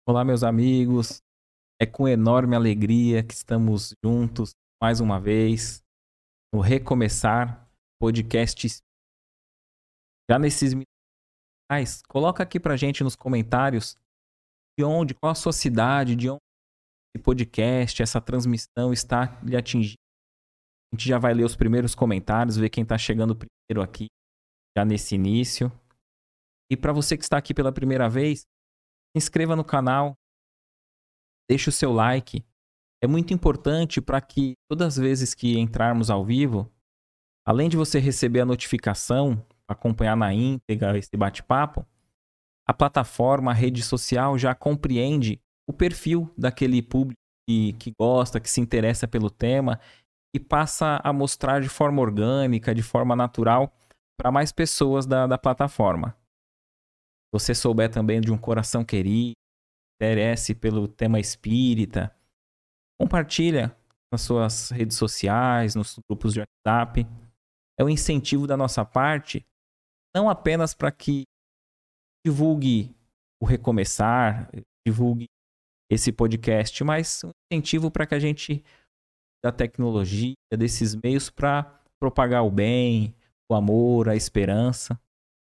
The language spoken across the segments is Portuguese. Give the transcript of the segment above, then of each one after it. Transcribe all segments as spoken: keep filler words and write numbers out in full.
Olá, meus amigos. É com enorme alegria que estamos juntos mais uma vez no Recomeçar Podcast. Já nesses minutos, coloca aqui pra gente nos comentários de onde, qual a sua cidade, de onde esse podcast, essa transmissão está lhe atingindo. A gente já vai ler os primeiros comentários, ver quem está chegando primeiro aqui, já nesse início. E para você que está aqui pela primeira vez, se inscreva no canal, deixe o seu like. É muito importante para que todas as vezes que entrarmos ao vivo, além de você receber a notificação, acompanhar na íntegra esse bate-papo, a plataforma, a rede social já compreende o perfil daquele público que, que gosta, que se interessa pelo tema e passa a mostrar de forma orgânica, de forma natural, para mais pessoas da, da plataforma. Se você souber também de um coração querido, interesse pelo tema espírita, compartilha nas suas redes sociais, nos grupos de WhatsApp. É um incentivo da nossa parte, não apenas para que divulgue o Recomeçar, divulgue esse podcast, mas um incentivo para que a gente, da tecnologia, desses meios, para propagar o bem, o amor, a esperança.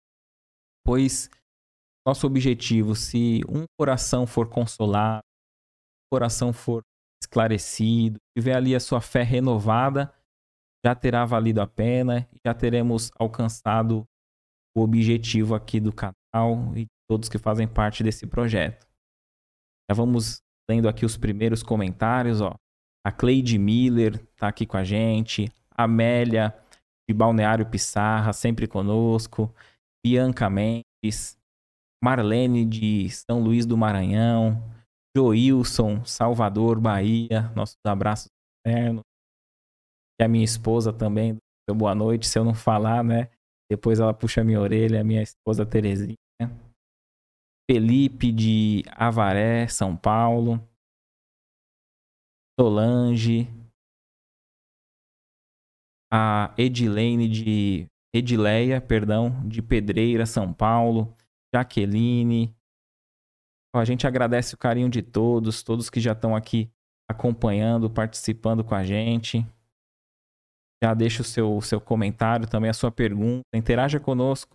Pois nosso objetivo, se um coração for consolado, um coração for esclarecido, tiver ali a sua fé renovada, já terá valido a pena, já teremos alcançado o objetivo aqui do canal e de todos que fazem parte desse projeto. Já vamos lendo aqui os primeiros comentários, ó. A Cleide Miller está aqui com a gente, a Amélia de Balneário Pissarra, sempre conosco, Bianca Mendes, Marlene de São Luís do Maranhão, Joilson, Salvador, Bahia, nossos abraços eternos. E a minha esposa também, seu boa noite, se eu não falar, né? Depois ela puxa a minha orelha, a minha esposa Terezinha. Felipe de Avaré, São Paulo. Solange. A Edilene de... Edileia, perdão, de Pedreira, São Paulo. Jaqueline. A gente agradece o carinho de todos, todos que já estão aqui acompanhando, participando com a gente. Já deixa o seu, o seu comentário, também a sua pergunta, interaja conosco.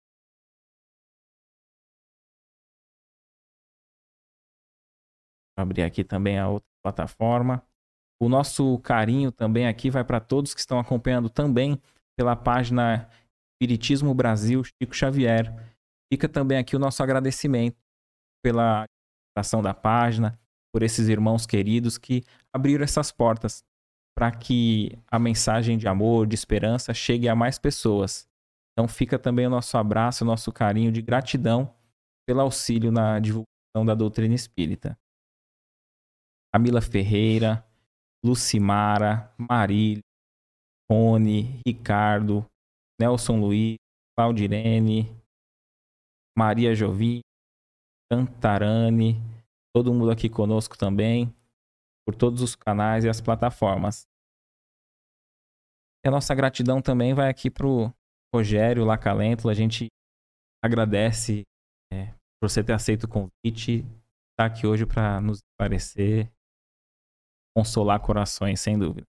Vou abrir aqui também a outra plataforma. O nosso carinho também aqui vai para todos que estão acompanhando também pela página Espiritismo Brasil Chico Xavier. Fica também aqui o nosso agradecimento pela ação da página, por esses irmãos queridos que abriram essas portas para que a mensagem de amor, de esperança chegue a mais pessoas. Então fica também o nosso abraço, o nosso carinho de gratidão pelo auxílio na divulgação da doutrina espírita. Camila Ferreira, Lucimara, Marília, Rony, Ricardo, Nelson Luiz, Claudirene, Maria Jovi, Cantarane, todo mundo aqui conosco também, por todos os canais e as plataformas. E a nossa gratidão também vai aqui pro Rogério Lacalento. A gente agradece é, por você ter aceito o convite, estar aqui hoje para nos esclarecer, consolar corações, sem dúvida.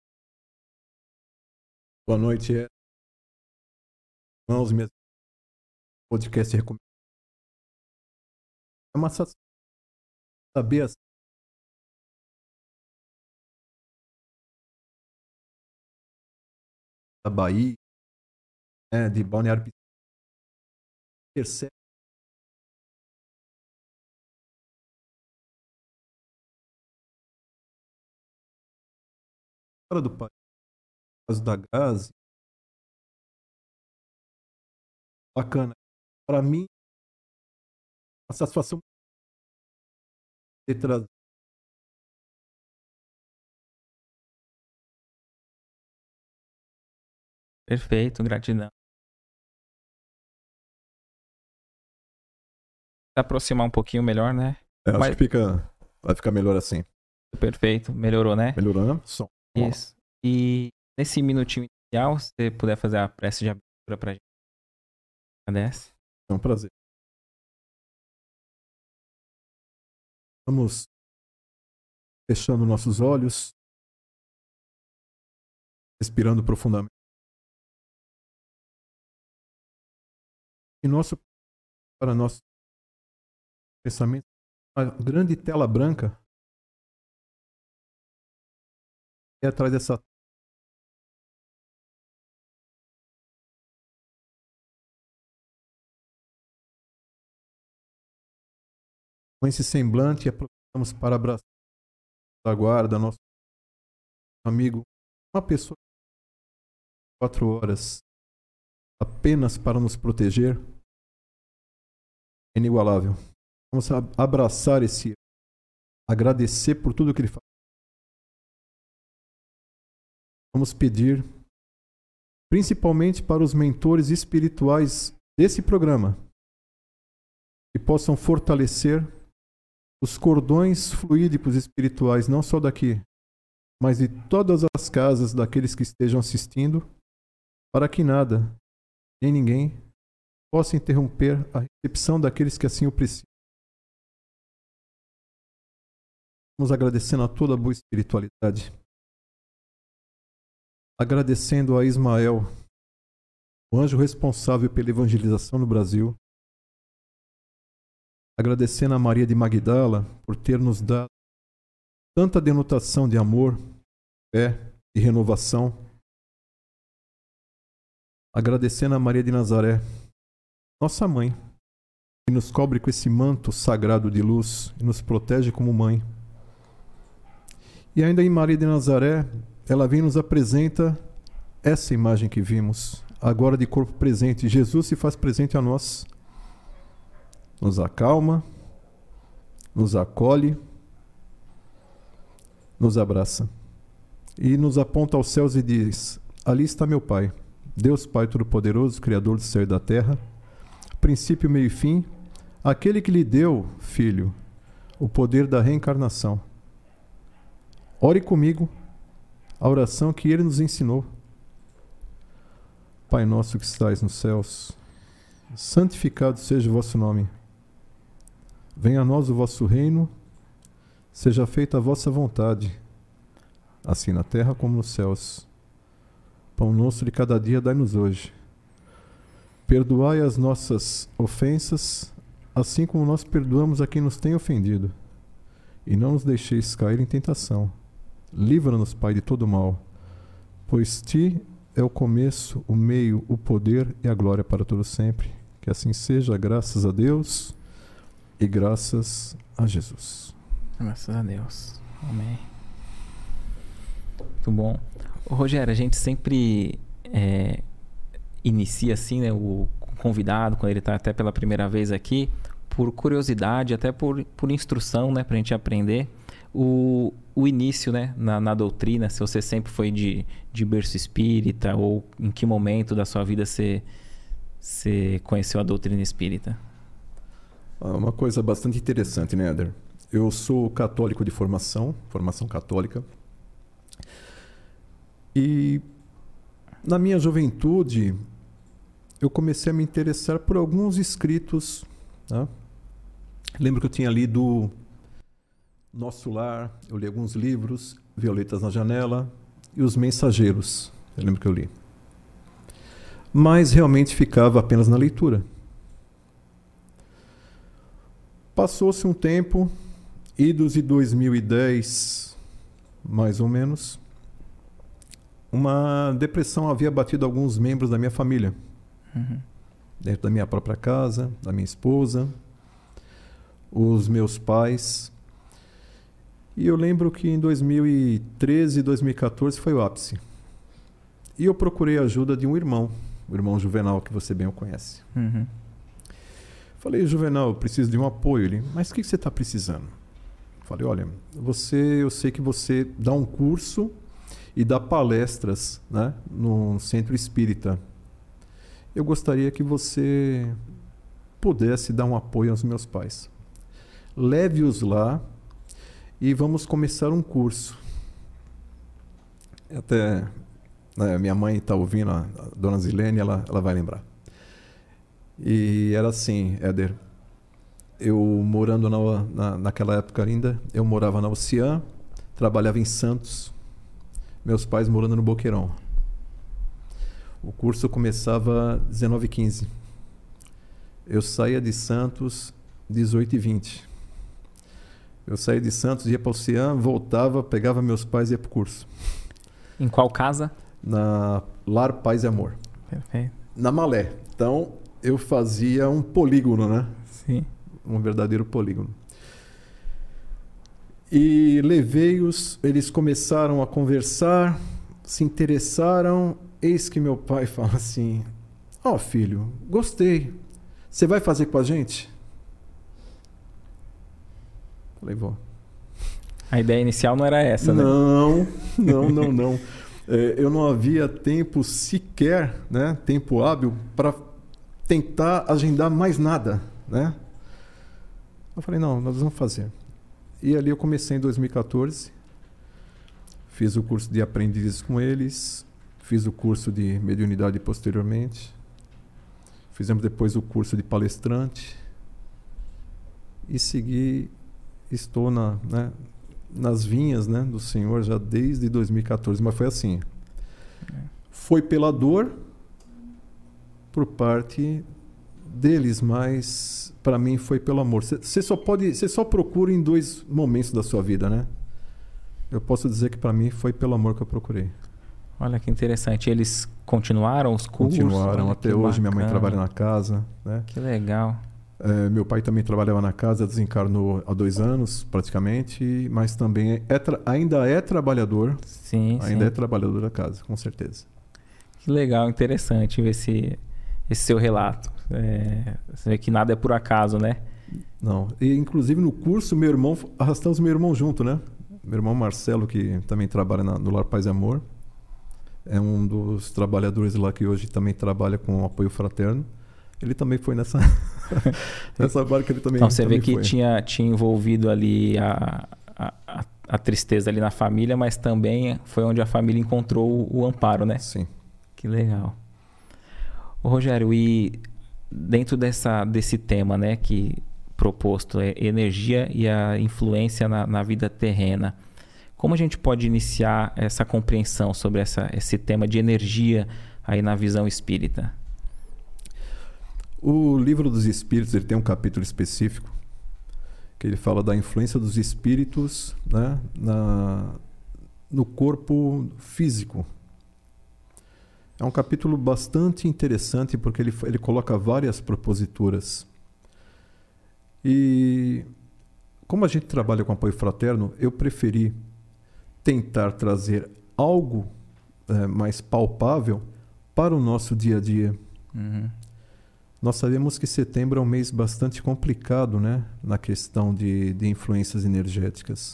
Boa noite, irmãos, meus podcast recomendo. É uma satisfação saber assim, da Bahia, né, de Balneário Pissarra, percebe fora do país, por causa da gás, bacana. Para mim, a satisfação de trazer Perfeito, gratidão. Se aproximar um pouquinho melhor, né? É, acho Mas... que fica, vai ficar melhor assim. Perfeito, melhorou, né? Melhorando, som. Isso. E nesse minutinho inicial, se você puder fazer a prece de abertura pra gente. Agradece. É um prazer. Vamos fechando nossos olhos, respirando profundamente. E nosso, para nosso pensamento, uma grande tela branca e atrás dessa com esse semblante, aproveitamos para abraçar a guarda, nosso amigo, uma pessoa de quatro horas, apenas para nos proteger, é inigualável. Vamos abraçar esse, agradecer por tudo que ele faz. Vamos pedir, principalmente para os mentores espirituais desse programa, que possam fortalecer os cordões fluídicos espirituais, não só daqui, mas de todas as casas daqueles que estejam assistindo, para que nada, nem ninguém, possa interromper a recepção daqueles que assim o precisam. Vamos agradecendo a toda a boa espiritualidade, agradecendo a Ismael, o anjo responsável pela evangelização no Brasil, agradecendo a Maria de Magdala por ter nos dado tanta denotação de amor, fé e renovação. Agradecendo a Maria de Nazaré, nossa mãe, que nos cobre com esse manto sagrado de luz e nos protege como mãe. E ainda em Maria de Nazaré, ela vem e nos apresenta essa imagem que vimos, agora de corpo presente. Jesus se faz presente a nós, nos acalma, nos acolhe, nos abraça e nos aponta aos céus e diz: ali está meu Pai, Deus Pai Todo-Poderoso, Criador do céu e da terra, princípio, meio e fim, aquele que lhe deu, Filho, o poder da reencarnação. Ore comigo a oração que ele nos ensinou. Pai nosso que estais nos céus, santificado seja o vosso nome. Venha a nós o vosso reino, seja feita a vossa vontade, assim na terra como nos céus. Pão nosso de cada dia dai-nos hoje. Perdoai as nossas ofensas, assim como nós perdoamos a quem nos tem ofendido. E não nos deixeis cair em tentação. Livra-nos, Pai, de todo mal, pois Ti é o começo, o meio, o poder e a glória para todo sempre. Que assim seja, graças a Deus e graças a Jesus. Graças a Deus. Amém. Muito bom. Ô, Rogério, a gente sempre é, inicia assim, né, o convidado, quando ele está até pela primeira vez aqui, por curiosidade, até por, por instrução, né, para a gente aprender. O, o início, né, na, na doutrina, se você sempre foi de, de berço espírita ou em que momento da sua vida você, você conheceu a doutrina espírita? Uma coisa bastante interessante, né, Éder? Eu sou católico de formação, formação católica. E na minha juventude, eu comecei a me interessar por alguns escritos. Tá? Lembro que eu tinha lido Nosso Lar, eu li alguns livros, Violetas na Janela e Os Mensageiros, eu lembro que eu li. Mas realmente ficava apenas na leitura. Passou-se um tempo, idos de dois mil e dez, mais ou menos, uma depressão havia batido alguns membros da minha família. Uhum. Dentro da minha própria casa, da minha esposa, os meus pais. E eu lembro que em dois mil e treze, dois mil e quatorze foi o ápice. E eu procurei a ajuda de um irmão, o irmão Juvenal, que você bem o conhece. Uhum. Falei: Juvenal, eu preciso de um apoio. Ele: mas o que você está precisando? Falei: olha, você, eu sei que você dá um curso e dá palestras, né, no Centro Espírita. Eu gostaria que você pudesse dar um apoio aos meus pais. Leve-os lá e vamos começar um curso. Até né, minha mãe está ouvindo, a, a dona Zilene, ela, ela vai lembrar. E era assim, Éder, eu morando na, na, naquela época ainda, eu morava na Oceã, trabalhava em Santos, meus pais morando no Boqueirão. O curso começava às dezenove e quinze. Eu saía de Santos dezoito e vinte. Eu saía de Santos, ia para o Oceã, voltava, pegava meus pais e ia para o curso. Em qual casa? Na Lar Paz e Amor. Perfeito. Na Malé. Então, eu fazia um polígono, né? Sim. Um verdadeiro polígono. E levei-os, eles começaram a conversar, se interessaram, eis que meu pai fala assim, ó oh, filho, gostei, você vai fazer com a gente? Falei, vou. A ideia inicial não era essa, né? Não, não, não, não. É, eu não havia tempo sequer, né, tempo hábil, para tentar agendar mais nada, né? Eu falei, não, nós vamos fazer. E ali eu comecei em dois mil e quatorze, fiz o curso de aprendizes com eles, fiz o curso de mediunidade posteriormente, fizemos depois o curso de palestrante e segui, estou na, né, nas vinhas, né, do Senhor já desde dois mil e quatorze, mas foi assim, foi pela dor por parte deles, mas para mim foi pelo amor. Você só pode, você só procura em dois momentos da sua vida, né? Eu posso dizer que para mim foi pelo amor que eu procurei. Olha que interessante. Eles continuaram os cursos? Continuaram Olha, até hoje. Minha mãe trabalha na casa, né? Que legal. É, meu pai também trabalhava na casa, desencarnou há dois anos praticamente, mas também é tra... ainda é trabalhador. Sim, ainda sim. é trabalhador da casa, com certeza. Que legal, interessante ver esse, esse seu relato. É, você vê que nada é por acaso, né? Não. E inclusive no curso, meu irmão, arrastamos meu irmão junto, né? Meu irmão Marcelo, que também trabalha na, no Lar Paz e Amor, é um dos trabalhadores lá que hoje também trabalha com apoio fraterno. Ele também foi nessa, nessa barca, ele também Então você também vê que foi. tinha, tinha envolvido ali a, a, a tristeza ali na família, mas também foi onde a família encontrou o, o amparo, né? Sim. Que legal. Ô, Rogério, e dentro dessa, desse tema, né, que proposto é energia e a influência na, na vida terrena, como a gente pode iniciar essa compreensão sobre essa, esse tema de energia aí na visão espírita? O Livro dos Espíritos, ele tem um capítulo específico que ele fala da influência dos espíritos, né, na, no corpo físico. É um capítulo bastante interessante porque ele, ele coloca várias proposituras. E como a gente trabalha com apoio fraterno, eu preferi tentar trazer algo é, mais palpável para o nosso dia a dia. Uhum. Nós sabemos que setembro é um mês bastante complicado, né, na questão de, de influências energéticas.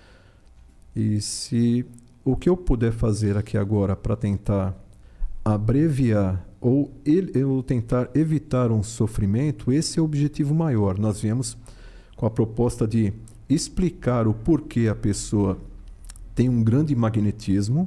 E se o que eu puder fazer aqui agora para tentar abreviar ou ele, ou tentar evitar um sofrimento, esse é o objetivo maior. Nós viemos com a proposta de explicar o porquê a pessoa tem um grande magnetismo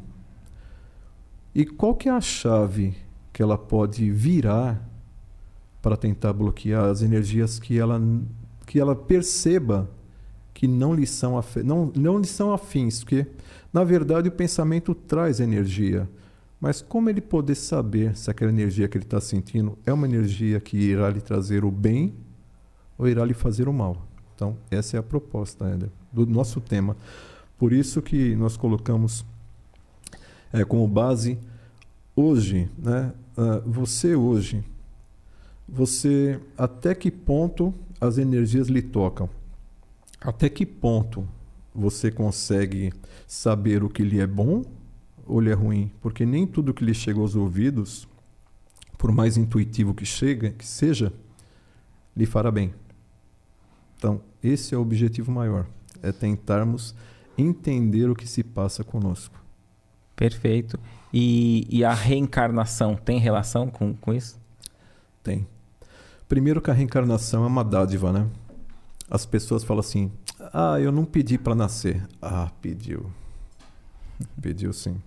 e qual que é a chave que ela pode virar para tentar bloquear as energias que ela, que ela perceba que não lhe são, af... não, não lhe são afins, porque na verdade o pensamento traz energia. Mas como ele poder saber se aquela energia que ele está sentindo é uma energia que irá lhe trazer o bem ou irá lhe fazer o mal? Então, essa é a proposta, Éder, do nosso tema. Por isso que nós colocamos é, como base hoje, né? Uh, você hoje, você até que ponto as energias lhe tocam? Até que ponto você consegue saber o que lhe é bom ou lhe é ruim? Porque nem tudo que lhe chega aos ouvidos, por mais intuitivo que, chega, que seja, lhe fará bem. Então, esse é o objetivo maior, é tentarmos entender o que se passa conosco. Perfeito. E, e a reencarnação tem relação com, com isso? Tem. Primeiro que a reencarnação é uma dádiva, né? As pessoas falam assim, ah, eu não pedi para nascer. Ah, pediu. Pediu sim.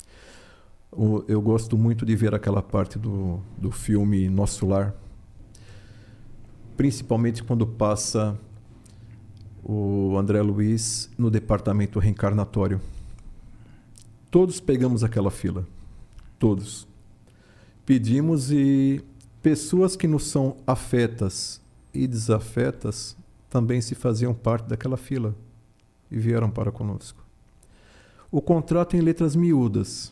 Eu gosto muito de ver aquela parte do, do filme Nosso Lar, principalmente quando passa o André Luiz no departamento reencarnatório. Todos pegamos aquela fila. Todos. Pedimos e pessoas que nos são afetas e desafetas também se faziam parte daquela fila e vieram para conosco. O contrato em letras miúdas.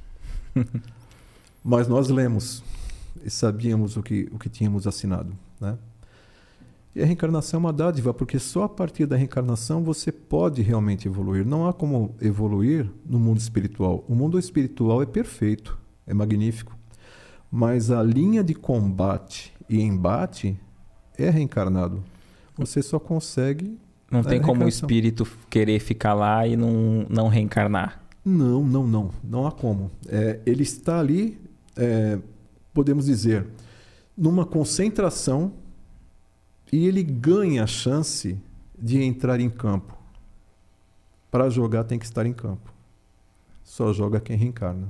Mas nós lemos e sabíamos o que, o que tínhamos assinado, né? E a reencarnação é uma dádiva, porque só a partir da reencarnação você pode realmente evoluir. Não há como evoluir no mundo espiritual. O mundo espiritual é perfeito, é magnífico. Mas a linha de combate e embate é reencarnado. Você só consegue... Não tem como o espírito querer ficar lá e não, não reencarnar. Não, não, não. Não há como. É, ele está ali, é, podemos dizer, numa concentração... E ele ganha a chance de entrar em campo. Para jogar tem que estar em campo. Só joga quem reencarna.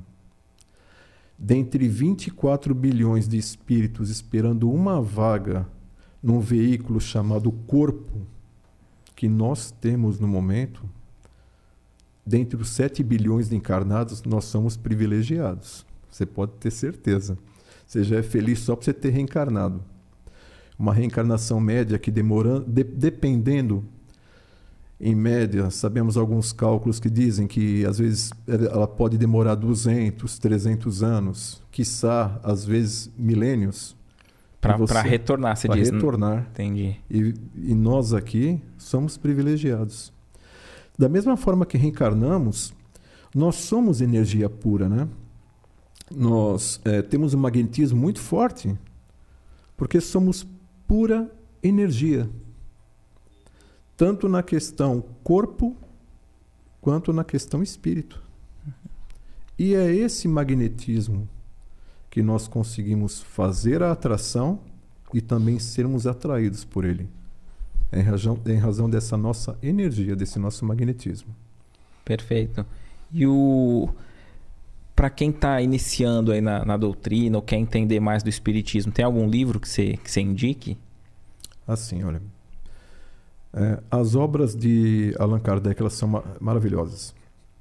Dentre vinte e quatro bilhões de espíritos esperando uma vaga num veículo chamado corpo, que nós temos no momento, dentre os sete bilhões de encarnados, nós somos privilegiados. Você pode ter certeza. Você já é feliz só por você ter reencarnado. Uma reencarnação média que demorando, de, dependendo, em média, sabemos alguns cálculos que dizem que às vezes ela pode demorar duzentos, trezentos anos, quiçá, às vezes, milênios. Para retornar, você diz. Para retornar. Entendi. E, e nós aqui somos privilegiados. Da mesma forma que reencarnamos, nós somos energia pura, né? Nós é, temos um magnetismo muito forte, porque somos pura energia, tanto na questão corpo quanto na questão espírito. E é esse magnetismo que nós conseguimos fazer a atração e também sermos atraídos por ele, em razão, em razão dessa nossa energia, desse nosso magnetismo. Perfeito. E o... para quem está iniciando aí na, na doutrina ou quer entender mais do espiritismo, tem algum livro que você que você indique? Assim, olha. É, as obras de Allan Kardec, elas são ma- maravilhosas.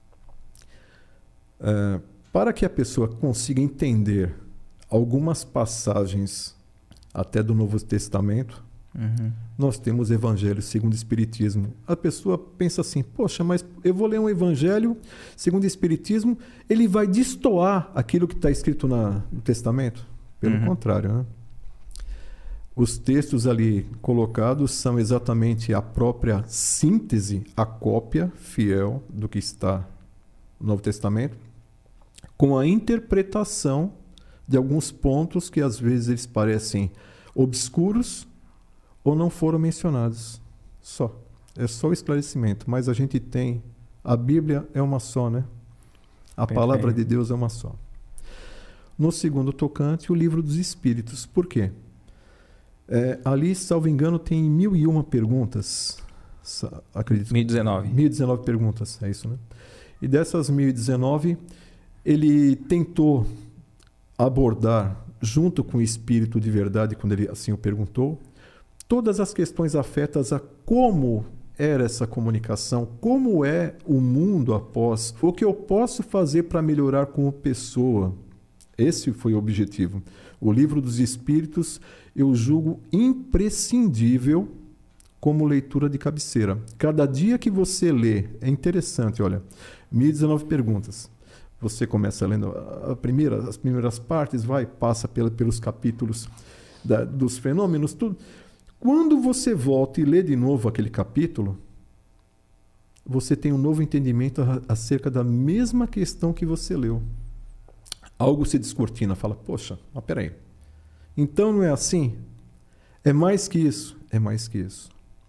É, para que a pessoa consiga entender algumas passagens até do Novo Testamento, uhum. nós temos Evangelho segundo o Espiritismo. A pessoa pensa assim, poxa, mas eu vou ler um Evangelho segundo o Espiritismo, ele vai destoar aquilo que está escrito na, no Testamento? Pelo uhum. contrário, né? Os textos ali colocados são exatamente a própria síntese, a cópia fiel do que está no Novo Testamento, com a interpretação de alguns pontos que às vezes eles parecem obscuros ou não foram mencionados. Só. É só o esclarecimento. Mas a gente tem... A Bíblia é uma só, né? A Perfeito. Palavra de Deus é uma só. No segundo tocante, o Livro dos Espíritos. Por quê? É, ali, salvo engano, tem mil e uma perguntas. Acredito. mil e dezenove. mil e dezenove perguntas, é isso, né? E dessas mil e dezenove, ele tentou abordar, junto com o Espírito de verdade, quando ele assim o perguntou, todas as questões afetas a como era essa comunicação, como é o mundo após, o que eu posso fazer para melhorar como pessoa. Esse foi o objetivo. O Livro dos Espíritos eu julgo imprescindível como leitura de cabeceira. Cada dia que você lê, é interessante, olha, mil e dezenove perguntas. Você começa lendo a primeira, as primeiras partes, vai, passa pela, pelos capítulos da, dos fenômenos, tudo. Quando você volta e lê de novo aquele capítulo, você tem um novo entendimento acerca da mesma questão que você leu. Algo se descortina, fala, poxa, mas peraí. Então não é assim? É mais que isso? É mais que isso.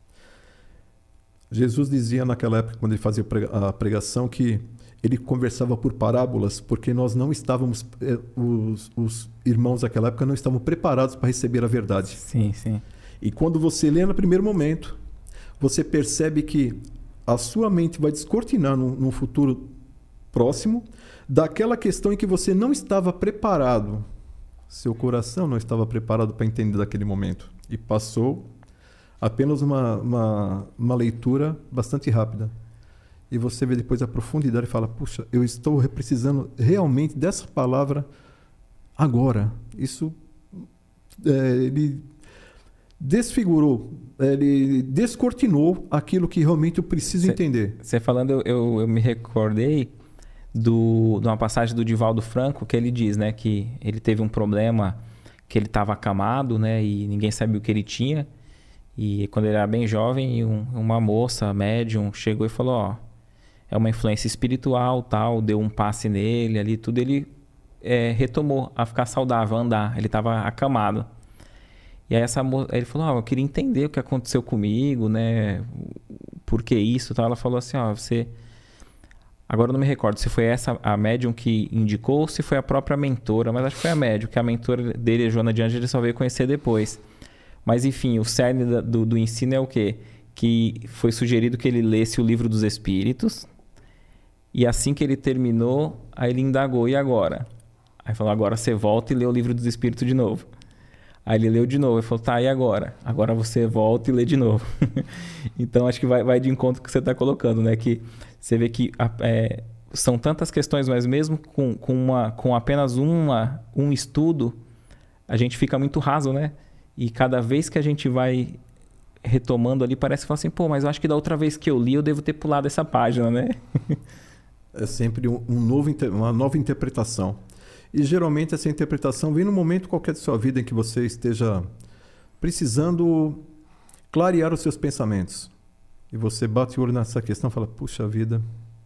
Jesus dizia naquela época, quando ele fazia a pregação, que ele conversava por parábolas, porque nós não estávamos, os, os irmãos daquela época não estavam preparados para receber a verdade. Sim, sim. E quando você lê no primeiro momento, você percebe que a sua mente vai descortinar num, num futuro próximo daquela questão em que você não estava preparado. Seu coração não estava preparado para entender daquele momento. E passou apenas uma, uma, uma leitura bastante rápida. E você vê depois a profundidade e fala, puxa, eu estou precisando realmente dessa palavra agora. Isso é, ele desfigurou, ele descortinou aquilo que realmente eu preciso cê, entender. Você falando, eu, eu, eu me recordei do, de uma passagem do Divaldo Franco, que ele diz, né, que ele teve um problema, que ele estava acamado, né, e ninguém sabia o que ele tinha. E quando ele era bem jovem, um, uma moça, médium, chegou e falou, ó, é uma influência espiritual, tal, deu um passe nele ali, tudo, ele é, retomou a ficar saudável, a andar, ele estava acamado. E aí essa moça, ele falou, ó, eu queria entender o que aconteceu comigo, né, por que isso, tal. Ela falou assim, ó, você... Agora eu não me recordo se foi essa a médium que indicou ou se foi a própria mentora, mas acho que foi a médium, que a mentora dele, a Joana de Ângeles, ele só veio conhecer depois. Mas enfim, o cerne do, do ensino é o quê? Que foi sugerido que ele lesse o Livro dos Espíritos. E assim que ele terminou, aí ele indagou, e agora? Aí falou, agora você volta e lê o Livro dos Espíritos de novo. Aí ele leu de novo, e falou, tá, e agora? Agora você volta e lê de novo. Então acho que vai, vai de encontro com o que você está colocando, né? Que você vê que é, são tantas questões, mas mesmo com, com, uma, com apenas uma, um estudo, a gente fica muito raso, né? E cada vez que a gente vai retomando ali, parece que fala assim, pô, mas eu acho que da outra vez que eu li, eu devo ter pulado essa página, né? É sempre um, um novo, uma nova interpretação. E geralmente essa interpretação vem num momento qualquer de sua vida em que você esteja precisando clarear os seus pensamentos. E você bate o olho nessa questão e fala, puxa vida,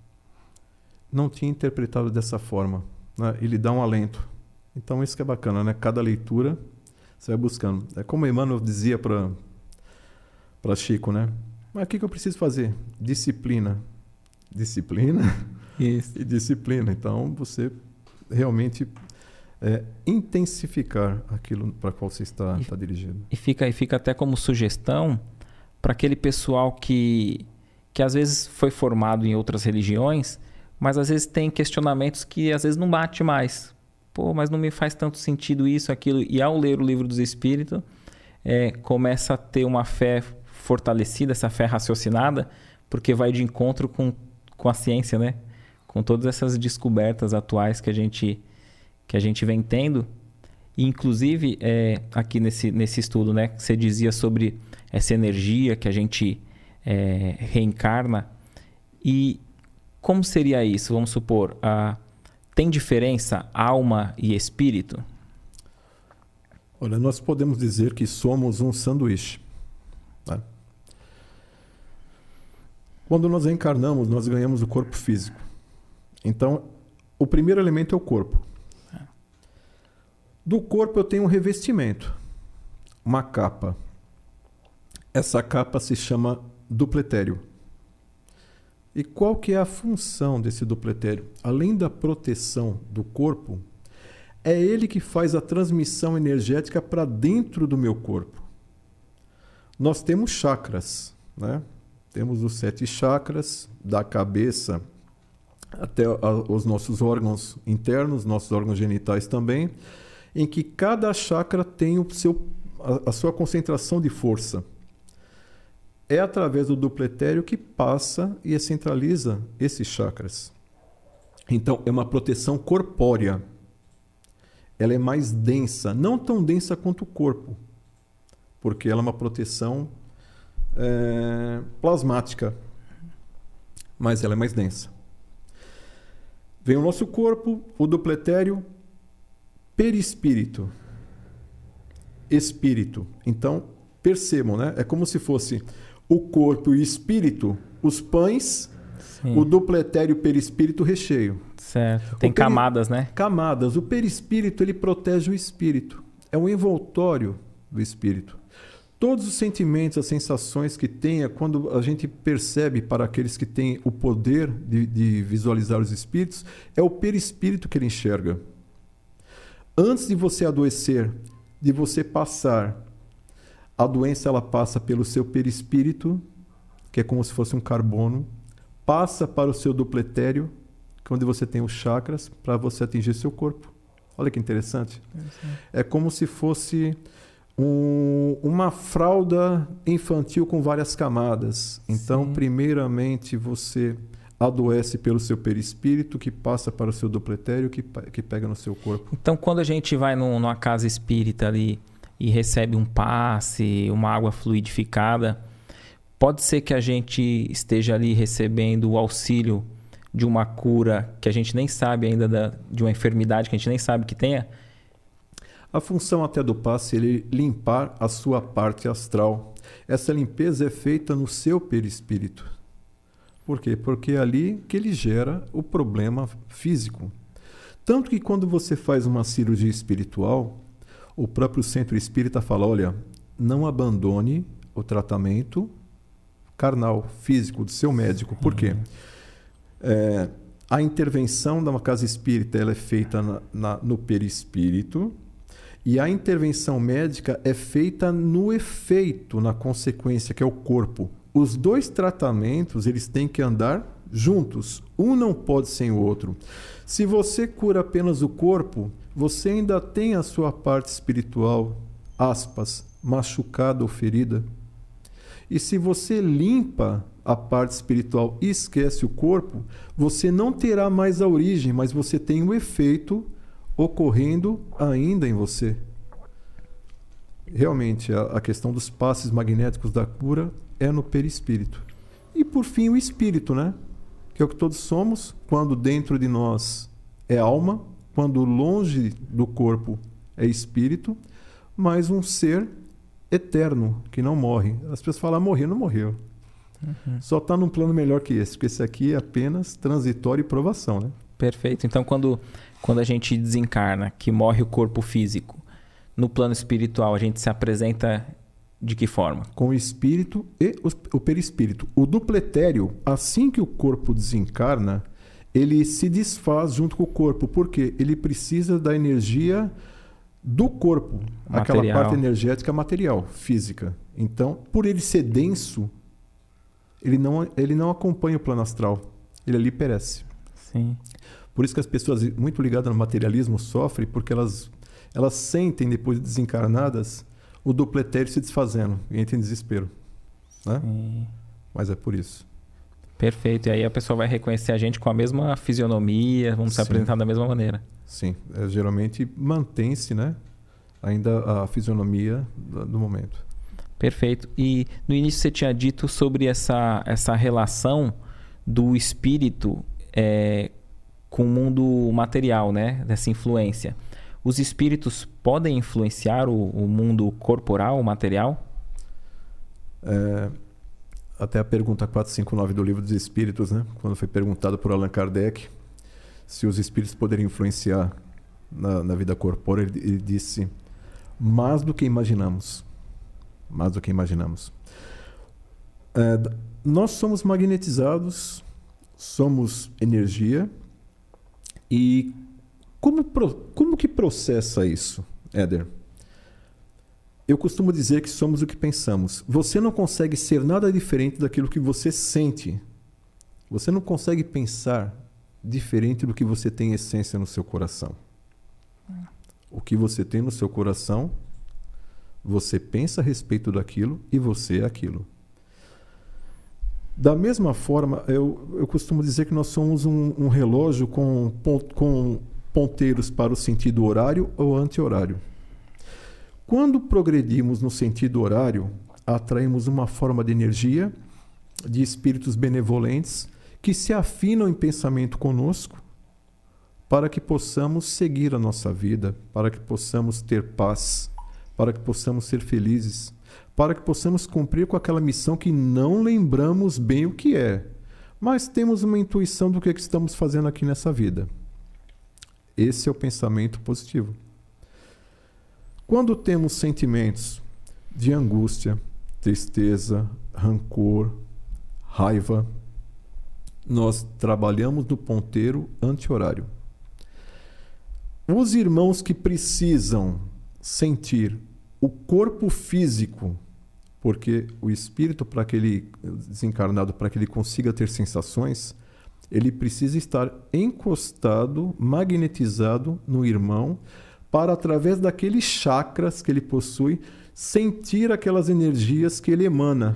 não tinha interpretado dessa forma, né? E lhe dá um alento. Então isso que é bacana, né? Cada leitura você vai buscando. É como Emmanuel dizia para para Chico, né? Mas o que, que eu preciso fazer? Disciplina. Disciplina? Isso. E disciplina. Então você realmente é, intensificar aquilo para qual você está, está dirigindo. E fica, e fica até como sugestão para aquele pessoal que, que às vezes foi formado em outras religiões, mas às vezes tem questionamentos que às vezes não bate mais. Pô, mas não me faz tanto sentido isso, aquilo. E ao ler o Livro dos Espíritos, é, começa a ter uma fé fortalecida, essa fé raciocinada, porque vai de encontro com, com a ciência, né? Com todas essas descobertas atuais que a gente, que a gente vem tendo. E, inclusive, é, aqui nesse, nesse estudo, né, que você dizia sobre essa energia que a gente é, reencarna. E como seria isso? Vamos supor, a, tem diferença alma e espírito? Olha, nós podemos dizer que somos um sanduíche. Né? Quando nós reencarnamos, nós ganhamos o corpo físico. Então, o primeiro elemento é o corpo. Do corpo eu tenho um revestimento, uma capa. Essa capa se chama dupletério. E qual que é a função desse dupletério? Além da proteção do corpo, é ele que faz a transmissão energética para dentro do meu corpo. Nós temos chakras, né? Temos os sete chakras, da cabeça até os nossos órgãos internos, nossos órgãos genitais também, em que cada chakra tem o seu, a, a sua concentração de força. É através do dupletério que passa e centraliza esses chakras. Então, é uma proteção corpórea. Ela é mais densa, não tão densa quanto o corpo, porque ela é uma proteção é, plasmática, mas ela é mais densa. Vem o nosso corpo, o dupletério, perispírito, espírito. Então, percebam, né? É como se fosse o corpo e o espírito, os pães, sim, o dupletério e o perispírito, recheio. Certo. Tem o peri... camadas, né? Camadas. O perispírito, ele protege o espírito. É um envoltório do espírito. Todos os sentimentos, as sensações que tem, é quando a gente percebe, para aqueles que têm o poder de, de visualizar os espíritos, é o perispírito que ele enxerga. Antes de você adoecer, de você passar, a doença ela passa pelo seu perispírito, que é como se fosse um carbono, passa para o seu dupletério, que é onde você tem os chakras, para você atingir seu corpo. Olha que interessante. interessante. É como se fosse um, uma fralda infantil com várias camadas. Então, Sim. primeiramente, você adoece pelo seu perispírito, que passa para o seu dupletério, que, que pega no seu corpo. Então, quando a gente vai num, numa casa espírita ali e recebe um passe, uma água fluidificada, pode ser que a gente esteja ali recebendo o auxílio de uma cura que a gente nem sabe ainda, da, de uma enfermidade que a gente nem sabe que tenha? A função até do passe é ele limpar a sua parte astral. Essa limpeza é feita no seu perispírito. Por quê? Porque é ali que ele gera o problema físico. Tanto que quando você faz uma cirurgia espiritual, o próprio centro espírita fala, olha, não abandone o tratamento carnal, físico, do seu médico. Por quê? É, a intervenção de uma casa espírita ela é feita na, na, no perispírito e a intervenção médica é feita no efeito, na consequência, que é o corpo. Os dois tratamentos eles têm que andar juntos. Um não pode sem o outro. Se você cura apenas o corpo, você ainda tem a sua parte espiritual, aspas, machucada ou ferida. E se você limpa a parte espiritual e esquece o corpo, você não terá mais a origem, mas você tem o efeito ocorrendo ainda em você. Realmente, a, a questão dos passes magnéticos da cura é no perispírito. E, por fim, o espírito, né? Que é o que todos somos, quando dentro de nós é alma, quando longe do corpo é espírito, mas um ser eterno, que não morre. As pessoas falam, ah, morreu, não morreu. Uhum. Só está num plano melhor que esse, porque esse aqui é apenas transitório e provação, né? Perfeito. Então, quando, quando a gente desencarna, que morre o corpo físico, no plano espiritual, a gente se apresenta de que forma? Com o espírito e o, o perispírito. O dupletério, assim que o corpo desencarna, ele se desfaz junto com o corpo, porque ele precisa da energia do corpo, material. Aquela parte energética material, física. Então, por ele ser denso, ele não, ele não acompanha o plano astral. Ele ali perece. Sim. Por isso que as pessoas muito ligadas no materialismo sofrem, porque elas, elas sentem, depois de desencarnadas, o dupletério se desfazendo e entra em desespero. Né? Sim. Mas é por isso. Perfeito. E aí a pessoa vai reconhecer a gente com a mesma fisionomia, vamos se apresentar da mesma maneira. Sim. É, geralmente mantém-se, né, ainda a fisionomia do, do momento. Perfeito. E no início você tinha dito sobre essa, essa relação do espírito é, com o mundo material, né? Dessa influência. Os espíritos podem influenciar o, o mundo corporal, o material? É, até a pergunta quatrocentos e cinquenta e nove do Livro dos Espíritos, né? Quando foi perguntado por Allan Kardec se os espíritos poderiam influenciar na, na vida corpórea, ele, ele disse, mais do que imaginamos. Mais do que imaginamos. É, nós somos magnetizados, somos energia, e como, como que processa isso, Éder? Eu costumo dizer que somos o que pensamos. Você não consegue ser nada diferente daquilo que você sente. Você não consegue pensar diferente do que você tem essência no seu coração. O que você tem no seu coração, você pensa a respeito daquilo e você é aquilo. Da mesma forma, eu, eu costumo dizer que nós somos um, um relógio com, com ponteiros para o sentido horário ou anti-horário. Quando progredimos no sentido horário, atraímos uma forma de energia, de espíritos benevolentes, que se afinam em pensamento conosco, para que possamos seguir a nossa vida, para que possamos ter paz, para que possamos ser felizes, para que possamos cumprir com aquela missão que não lembramos bem o que é, mas temos uma intuição do que, é que estamos fazendo aqui nessa vida. Esse é o pensamento positivo. Quando temos sentimentos de angústia, tristeza, rancor, raiva, nós trabalhamos no ponteiro anti-horário. Os irmãos que precisam sentir o corpo físico, porque o espírito, para que ele desencarnado, para que ele consiga ter sensações, ele precisa estar encostado, magnetizado no irmão, para através daqueles chakras que ele possui sentir aquelas energias que ele emana.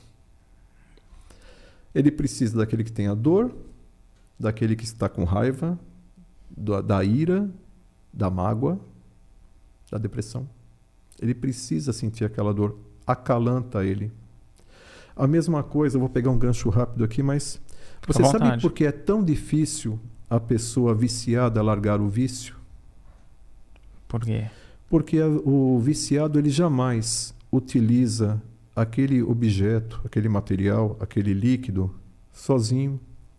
Ele precisa daquele que tem a dor, daquele que está com raiva, da, da ira, da mágoa, da depressão. Ele precisa sentir aquela dor, acalanta ele. A mesma coisa, eu vou pegar um gancho rápido aqui, mas você sabe por que é tão difícil a pessoa viciada largar o vício? Por quê? Porque a, o viciado ele jamais utiliza aquele objeto, aquele material, aquele líquido sozinho.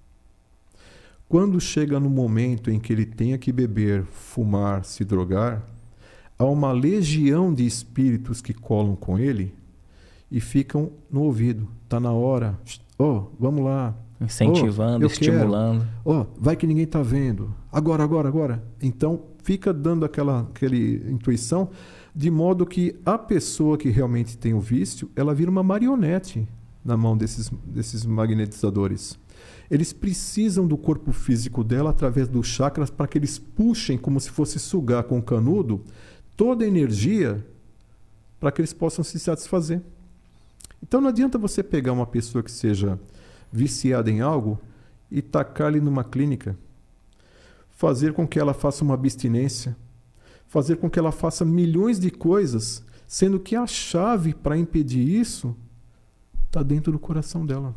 Quando chega no momento em que ele tenha que beber, fumar, se drogar, há uma legião de espíritos que colam com ele e ficam no ouvido. Está na hora. Oh, vamos lá. Incentivando, oh, estimulando. Oh, vai que ninguém está vendo. Agora, agora, agora. Então, fica dando aquela, aquela intuição, de modo que a pessoa que realmente tem o vício, ela vira uma marionete na mão desses, desses magnetizadores. Eles precisam do corpo físico dela através dos chakras para que eles puxem, como se fosse sugar com o canudo, toda a energia para que eles possam se satisfazer. Então não adianta você pegar uma pessoa que seja viciada em algo e tacar-lhe numa clínica, fazer com que ela faça uma abstinência, fazer com que ela faça milhões de coisas, sendo que a chave para impedir isso está dentro do coração dela.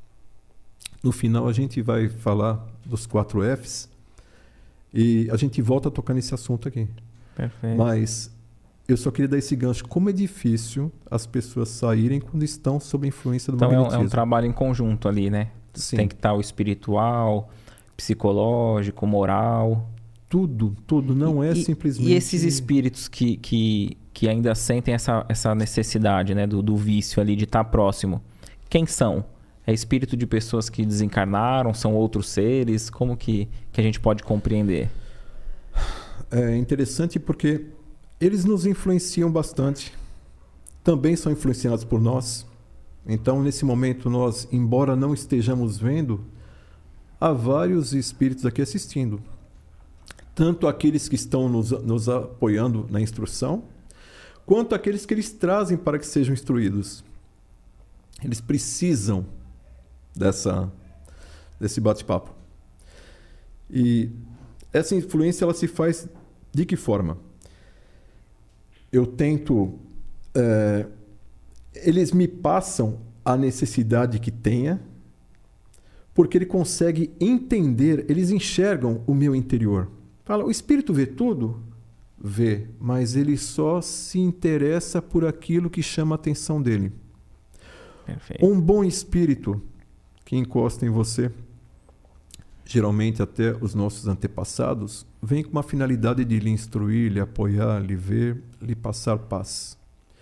No final a gente vai falar dos quatro Fs e a gente volta a tocar nesse assunto aqui. Perfeito. Mas eu só queria dar esse gancho. Como é difícil as pessoas saírem quando estão sob a influência do então magnetismo. Então é um trabalho em conjunto ali, né? Sim. Tem que estar o espiritual, psicológico, moral. Tudo, tudo. Não e, é e, simplesmente... E esses espíritos que, que, que ainda sentem essa, essa necessidade, né? do, do vício ali, de estar próximo. Quem são? É espírito de pessoas que desencarnaram? São outros seres? Como que, que a gente pode compreender? É interessante porque eles nos influenciam bastante. Também são influenciados por nós. Então, nesse momento, nós, embora não estejamos vendo, há vários espíritos aqui assistindo. Tanto aqueles que estão nos, nos apoiando na instrução, quanto aqueles que eles trazem para que sejam instruídos. Eles precisam dessa, desse bate-papo. E essa influência ela se faz de que forma? Eu tento... É, eles me passam a necessidade que tenha, porque ele consegue entender, eles enxergam o meu interior. Fala, o espírito vê tudo? Vê, mas ele só se interessa por aquilo que chama a atenção dele. Perfeito. Um bom espírito que encosta em você, geralmente até os nossos antepassados, vem com uma finalidade de lhe instruir, lhe apoiar, lhe ver, lhe passar paz.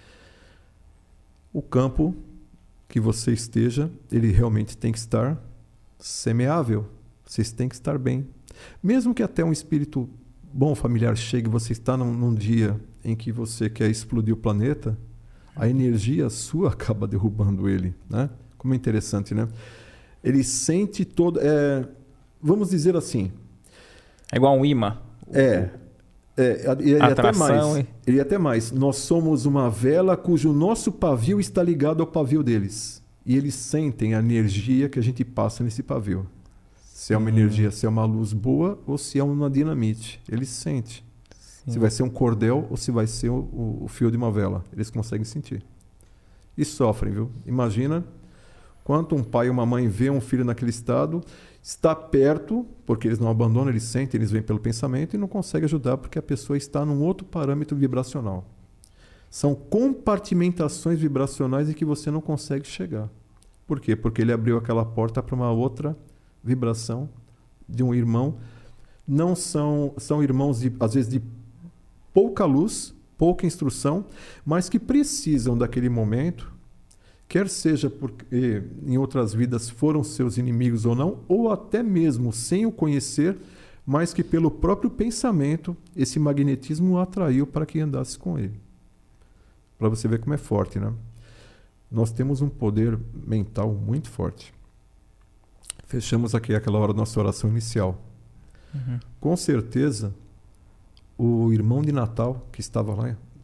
O campo que você esteja, ele realmente tem que estar semeável. Vocês têm que estar bem. Mesmo que até um espírito bom familiar chegue, você está num, num dia em que você quer explodir o planeta, a energia sua acaba derrubando ele, né? Como é interessante, né? Ele sente todo... É, vamos dizer assim... É igual um imã. É. É, ele até mais. E... Ele até mais. Nós somos uma vela cujo nosso pavio está ligado ao pavio deles. E eles sentem a energia que a gente passa nesse pavio. Se é uma hum. energia, se é uma luz boa ou se é uma dinamite. Eles sentem. Sim. Se vai ser um cordel ou se vai ser o, o, o fio de uma vela. Eles conseguem sentir. E sofrem, viu? Imagina quanto um pai e uma mãe vê um filho naquele estado, está perto, porque eles não abandonam, eles sentem, eles vêm pelo pensamento e não conseguem ajudar porque a pessoa está num outro parâmetro vibracional. São compartimentações vibracionais em que você não consegue chegar. Por quê? Porque ele abriu aquela porta para uma outra vibração de um irmão. Não são, são irmãos, de, às vezes, de pouca luz, pouca instrução, mas que precisam daquele momento, quer seja porque em outras vidas foram seus inimigos ou não, ou até mesmo sem o conhecer, mas que pelo próprio pensamento esse magnetismo o atraiu para que andasse com ele. Para você ver como é forte, né? Nós temos um poder mental muito forte. Fechamos aqui aquela hora da nossa oração inicial. Uhum. Com certeza, o irmão de Natal que estava lá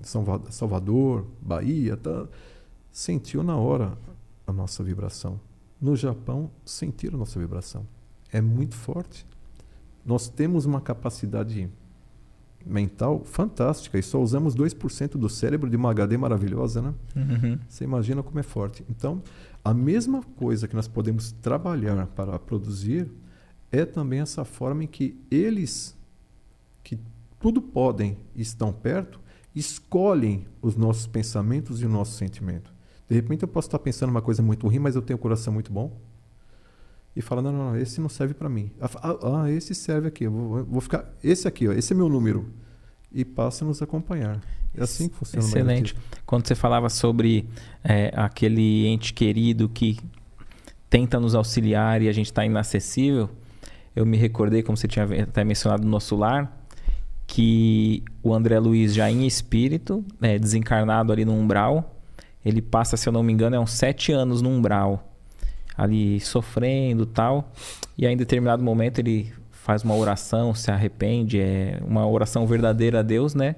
Salvador, Bahia, tá, sentiu na hora a nossa vibração. No Japão, sentiram a nossa vibração. É muito forte. Nós temos uma capacidade mental fantástica e só usamos dois por cento do cérebro de uma H D maravilhosa, né? Uhum. Você imagina como é forte. Então, a mesma coisa que nós podemos trabalhar para produzir é também essa forma em que eles, que tudo podem e estão perto, escolhem os nossos pensamentos e o nosso sentimento. De repente eu posso estar pensando uma coisa muito ruim, mas eu tenho um coração muito bom. E fala, não, não, não, esse não serve para mim. Ah, ah, esse serve aqui. Eu vou, vou ficar, esse aqui, ó, esse é meu número. E passa a nos acompanhar. É assim que funciona. Excelente. Quando você falava sobre é, aquele ente querido que tenta nos auxiliar e a gente está inacessível, eu me recordei, como você tinha até mencionado no nosso lar, que o André Luiz, já em espírito, né, desencarnado ali no umbral, ele passa, se eu não me engano, é uns sete anos no umbral, ali sofrendo e tal, e aí em determinado momento ele faz uma oração, se arrepende, é uma oração verdadeira a Deus, né?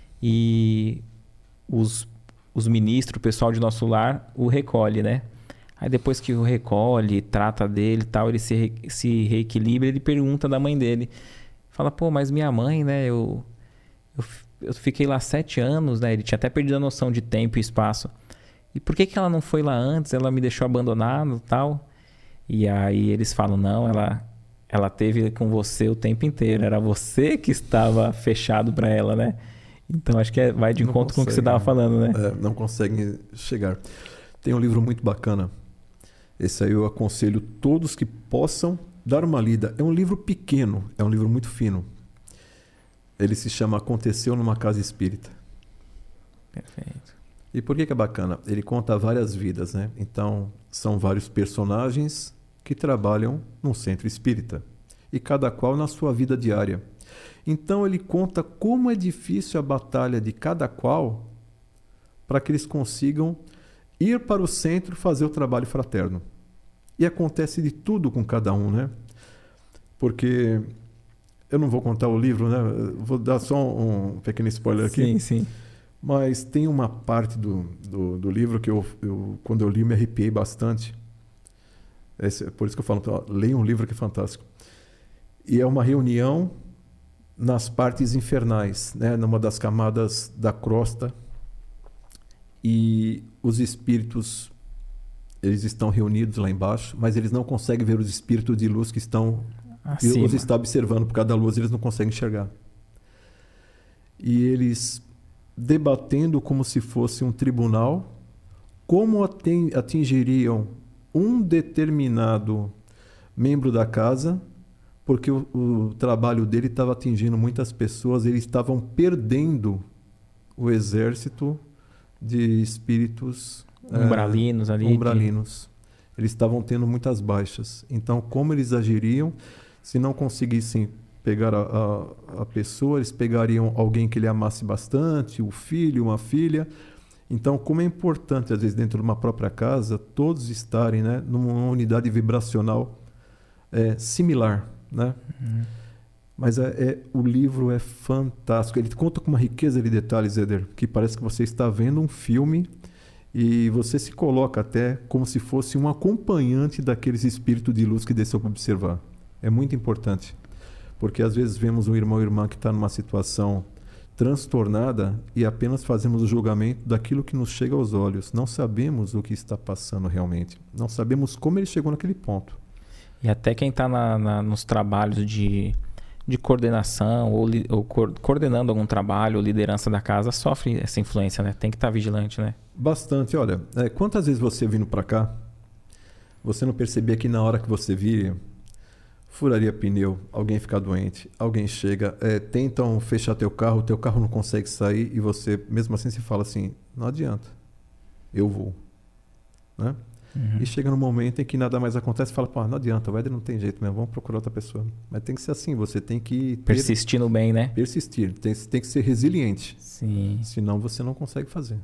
E os, os ministros, o pessoal de nosso lar, o recolhe, né? Aí depois que o recolhe, trata dele e tal, ele se, se reequilibra, ele pergunta da mãe dele. Fala, pô, mas minha mãe, né? Eu, eu, eu fiquei lá sete anos, né? Ele tinha até perdido a noção de tempo e espaço. E por que que ela não foi lá antes? Ela me deixou abandonado e tal. E aí eles falam, não, ela, ela teve com você o tempo inteiro. Era você que estava fechado para ela, né? Então acho que é, vai de não encontro consegue, com o que você estava falando, né? É, não conseguem chegar. Tem um livro muito bacana. Esse aí eu aconselho todos que possam dar uma lida. É um livro pequeno, é um livro muito fino. Ele se chama Aconteceu numa Casa Espírita. Perfeito. E por que que é bacana? Ele conta várias vidas, né? Então, são vários personagens que trabalham num centro espírita. E cada qual na sua vida diária. Então, ele conta como é difícil a batalha de cada qual para que eles consigam ir para o centro fazer o trabalho fraterno. E acontece de tudo com cada um, né? Porque eu não vou contar o livro, né? Vou dar só um pequeno spoiler aqui. Sim, sim. Mas tem uma parte do, do, do livro que eu, eu, quando eu li, me arrepiei bastante. Esse, por isso que eu falo, ó, leia um livro que é fantástico. E é uma reunião nas partes infernais, né? Numa das camadas da crosta. E os espíritos, eles estão reunidos lá embaixo, mas eles não conseguem ver os espíritos de luz que estão... Acima. Os está observando por causa da luz, eles não conseguem enxergar. E eles debatendo como se fosse um tribunal, como atingiriam um determinado membro da casa, porque o, o trabalho dele estava atingindo muitas pessoas, eles estavam perdendo o exército de espíritos umbralinos é, ali. umbralinos. Que... Eles estavam tendo muitas baixas. Então, como eles agiriam, se não conseguissem pegar a, a, a pessoa, eles pegariam alguém que ele amasse bastante, o filho, uma filha. Então, como é importante, às vezes, dentro de uma própria casa, todos estarem, né, numa unidade vibracional é, similar, né? Uhum. Mas é, é, o livro é fantástico. Ele conta com uma riqueza de detalhes, Éder, que parece que você está vendo um filme e você se coloca até como se fosse um acompanhante daqueles espíritos de luz que desceu para observar. É muito importante, porque às vezes vemos um irmão ou irmã que está numa situação transtornada e apenas fazemos o julgamento daquilo que nos chega aos olhos. Não sabemos o que está passando realmente. Não sabemos como ele chegou naquele ponto. E até quem está na, na, nos trabalhos de... de coordenação ou, li, ou co coordenando algum trabalho ou liderança da casa sofre essa influência, né? Tem que estar vigilante, né? Bastante. Olha, é, quantas vezes você vindo para cá, você não percebia que na hora que você viria, furaria pneu, alguém fica doente, alguém chega, é, tentam fechar teu carro, teu carro não consegue sair e você, mesmo assim, se fala assim, não adianta, eu vou, né? Uhum. E chega no momento em que nada mais acontece, fala, pô, não adianta, vai, não tem jeito mesmo, vamos procurar outra pessoa. Mas tem que ser assim, você tem que... Ter... persistir no bem, né? Persistir, tem, tem que ser resiliente. Sim. Senão você não consegue fazer.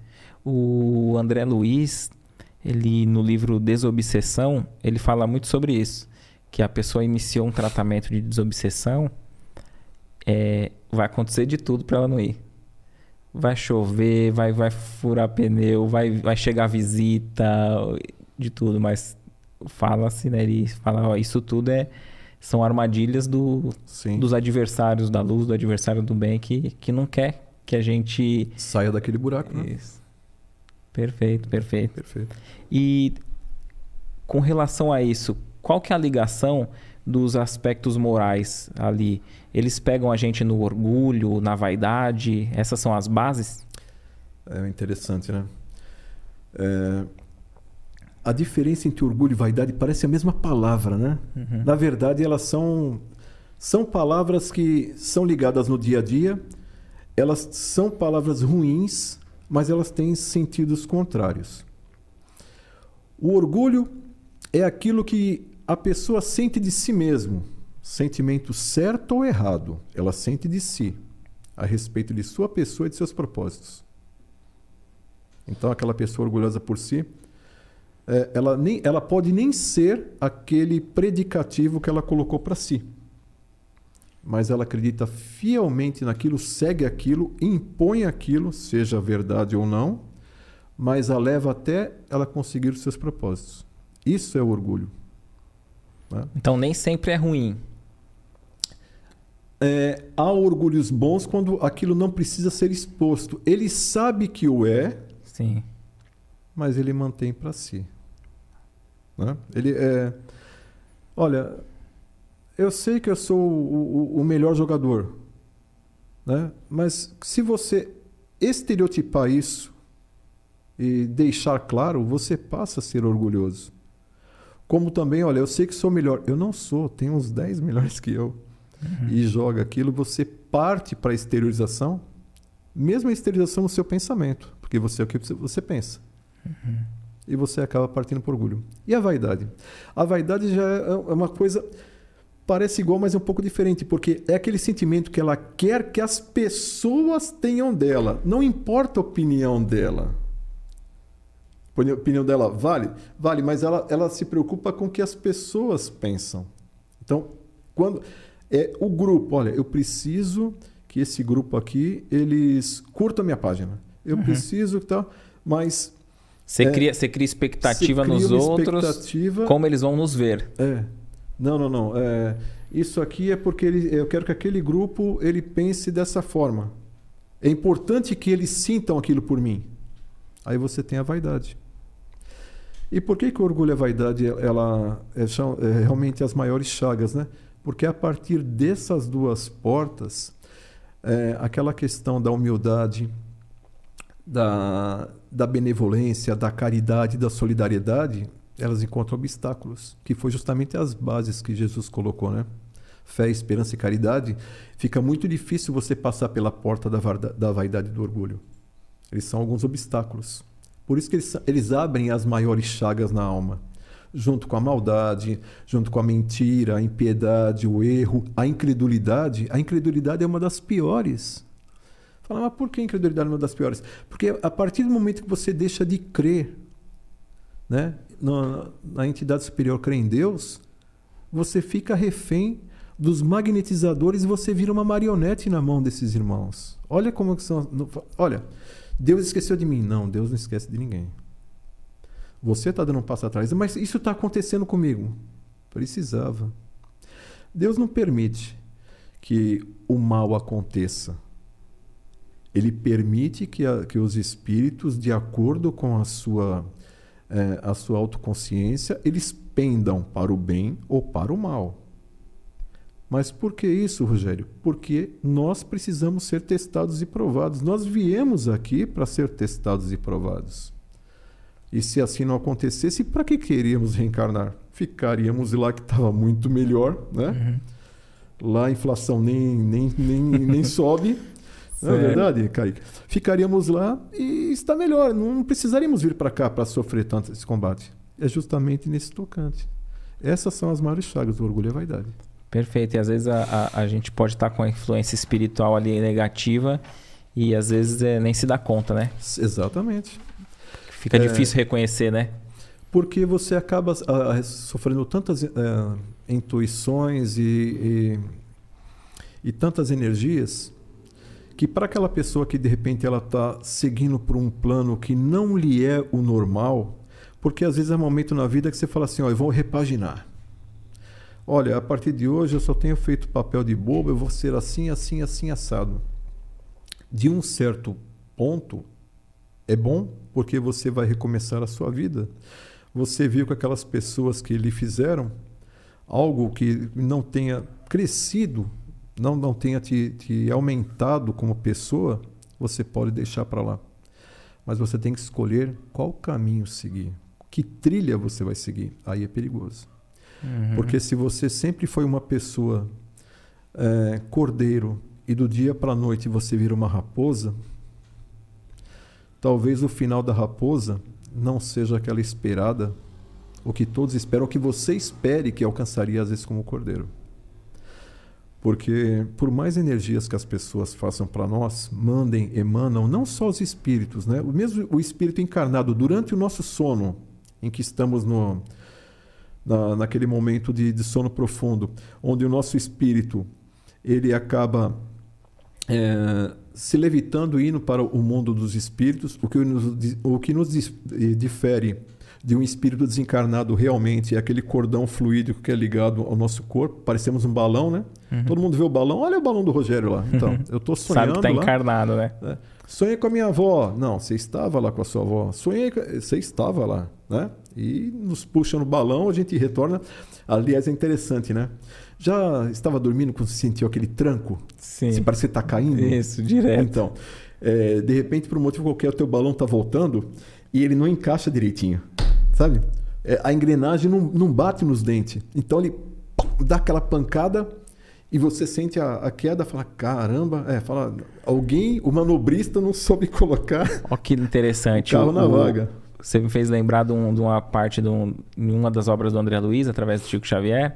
O André Luiz, ele no livro Desobsessão, ele fala muito sobre isso, que a pessoa iniciou um tratamento de desobsessão, é, vai acontecer de tudo para ela não ir. vai chover, vai, vai furar pneu, vai, vai chegar visita, de tudo, mas fala-se, né? Ele fala, ó, isso tudo é, são armadilhas do, dos adversários da luz, do adversário do bem, que, que não quer que a gente... saia daquele buraco, né? Isso. Perfeito, perfeito. Perfeito. E com relação a isso, qual que é a ligação dos aspectos morais ali? Eles pegam a gente no orgulho, na vaidade? Essas são as bases? É interessante, né? É... A diferença entre orgulho e vaidade parece a mesma palavra, né? Uhum. Na verdade, elas são, são palavras que são ligadas no dia a dia. Elas são palavras ruins, mas elas têm sentidos contrários. O orgulho é aquilo que a pessoa sente de si mesmo, sentimento certo ou errado, ela sente de si, a respeito de sua pessoa e de seus propósitos. Então, aquela pessoa orgulhosa por si, é, ela, nem, ela pode nem ser aquele predicativo que ela colocou para si, mas ela acredita fielmente naquilo, segue aquilo, impõe aquilo, seja verdade ou não, mas a leva até ela conseguir os seus propósitos. Isso é o orgulho. Né? Então, nem sempre é ruim. É, há orgulhos bons quando aquilo não precisa ser exposto. Ele sabe que o é, sim, mas ele mantém para si. Né? Ele é, olha, eu sei que eu sou o, o, o melhor jogador, né? Mas se você estereotipar isso e deixar claro, você passa a ser orgulhoso. Como também, olha, eu sei que sou melhor. Eu não sou, tem uns dez melhores que eu. Uhum. E joga aquilo, você parte para a exteriorização, mesmo a exteriorização no seu pensamento, porque você é o que você pensa. Uhum. E você acaba partindo por orgulho. E a vaidade? A vaidade já é uma coisa, parece igual, mas é um pouco diferente, porque é aquele sentimento que ela quer que as pessoas tenham dela. Não importa a opinião dela. A opinião dela vale? Vale, mas ela, ela se preocupa com o que as pessoas pensam. Então, quando é o grupo, olha, eu preciso que esse grupo aqui, eles curtam a minha página. Eu uhum. preciso que tal, mas... Você, é, cria, você cria expectativa você cria nos outros, expectativa, como eles vão nos ver. É. Não, não, não. É, isso aqui é porque ele, eu quero que aquele grupo ele pense dessa forma. É importante que eles sintam aquilo por mim. Aí você tem a vaidade. E por que, que o orgulho e a vaidade ela é, são é, realmente as maiores chagas, né? Porque a partir dessas duas portas, é, aquela questão da humildade, da, da benevolência, da caridade, da solidariedade, elas encontram obstáculos, que foi justamente as bases que Jesus colocou, né? Fé, esperança e caridade. Fica muito difícil você passar pela porta da, da vaidade e do orgulho. Eles são alguns obstáculos. Por isso que eles, eles abrem as maiores chagas na alma. Junto com a maldade, junto com a mentira, a impiedade, o erro, a incredulidade. A incredulidade é uma das piores. Fala, mas por que a incredulidade é uma das piores? Porque a partir do momento que você deixa de crer, né, na, na entidade superior, crer em Deus, você fica refém dos magnetizadores e você vira uma marionete na mão desses irmãos. Olha como que são... Olha, Deus esqueceu de mim. Não, Deus não esquece de ninguém. Você está dando um passo atrás. Mas isso está acontecendo comigo. Precisava. Deus não permite que o mal aconteça. Ele permite que, a, que os espíritos, de acordo com a sua, é, a sua autoconsciência, eles pendam para o bem ou para o mal. Mas por que isso, Rogério? Porque nós precisamos ser testados e provados. Nós viemos aqui para ser testados e provados. E se assim não acontecesse, para que queríamos reencarnar? Ficaríamos lá que estava muito melhor, né? Uhum. Lá a inflação nem, nem, nem, nem sobe. Não é verdade, Kaique? Ficaríamos lá e está melhor. Não precisaríamos vir para cá para sofrer tanto esse combate. É justamente nesse tocante. Essas são as maiores chagas do orgulho e a vaidade. Perfeito. E às vezes a, a, a gente pode estar com a influência espiritual ali negativa e às vezes é, nem se dá conta, né? Exatamente. Fica é, difícil reconhecer, né? Porque você acaba a, sofrendo tantas é, intuições e, e, e tantas energias que para aquela pessoa que de repente ela está seguindo por um plano que não lhe é o normal, porque às vezes é um momento na vida que você fala assim, ó, eu vou repaginar. Olha, a partir de hoje eu só tenho feito papel de bobo, eu vou ser assim, assim, assim, assado. De um certo ponto, é bom, porque você vai recomeçar a sua vida. Você viu que aquelas pessoas que lhe fizeram algo que não tenha crescido, não, não tenha te, te aumentado como pessoa, você pode deixar para lá. Mas você tem que escolher qual caminho seguir. Que trilha você vai seguir. Aí é perigoso. Uhum. Porque se você sempre foi uma pessoa é, cordeiro e do dia para a noite você vira uma raposa, talvez o final da raposa não seja aquela esperada, o que todos esperam, o que você espere que alcançaria às vezes como cordeiro. Porque por mais energias que as pessoas façam para nós, mandem, emanam, não só os espíritos, né? O mesmo o espírito encarnado durante o nosso sono, em que estamos no, na, naquele momento de, de sono profundo, onde o nosso espírito ele acaba é, se levitando e indo para o mundo dos espíritos, o que nos, o que nos difere de um espírito desencarnado realmente é aquele cordão fluídico que é ligado ao nosso corpo. Parecemos um balão, né? Uhum. Todo mundo vê o balão. Olha o balão do Rogério lá. Então, eu estou sonhando. Sabe que está lá, encarnado, né? né? Sonhei com a minha avó. Não, você estava lá com a sua avó. Sonhei, com... você estava lá, né? E nos puxa no balão, a gente retorna. Aliás, é interessante, né? Já estava dormindo quando você sentiu aquele tranco? Sim. Você parece que está caindo? Isso, direto. Então, é, de repente, por um motivo qualquer, o teu balão está voltando e ele não encaixa direitinho. Sabe? É, a engrenagem não, não bate nos dentes. Então ele pum, dá aquela pancada e você sente a, a queda, fala, caramba, é, fala, alguém, o manobrista não soube colocar Ó, que interessante. o carro o, na o, vaga. Você me fez lembrar de, um, de uma parte de um, em uma das obras do André Luiz, através do Chico Xavier,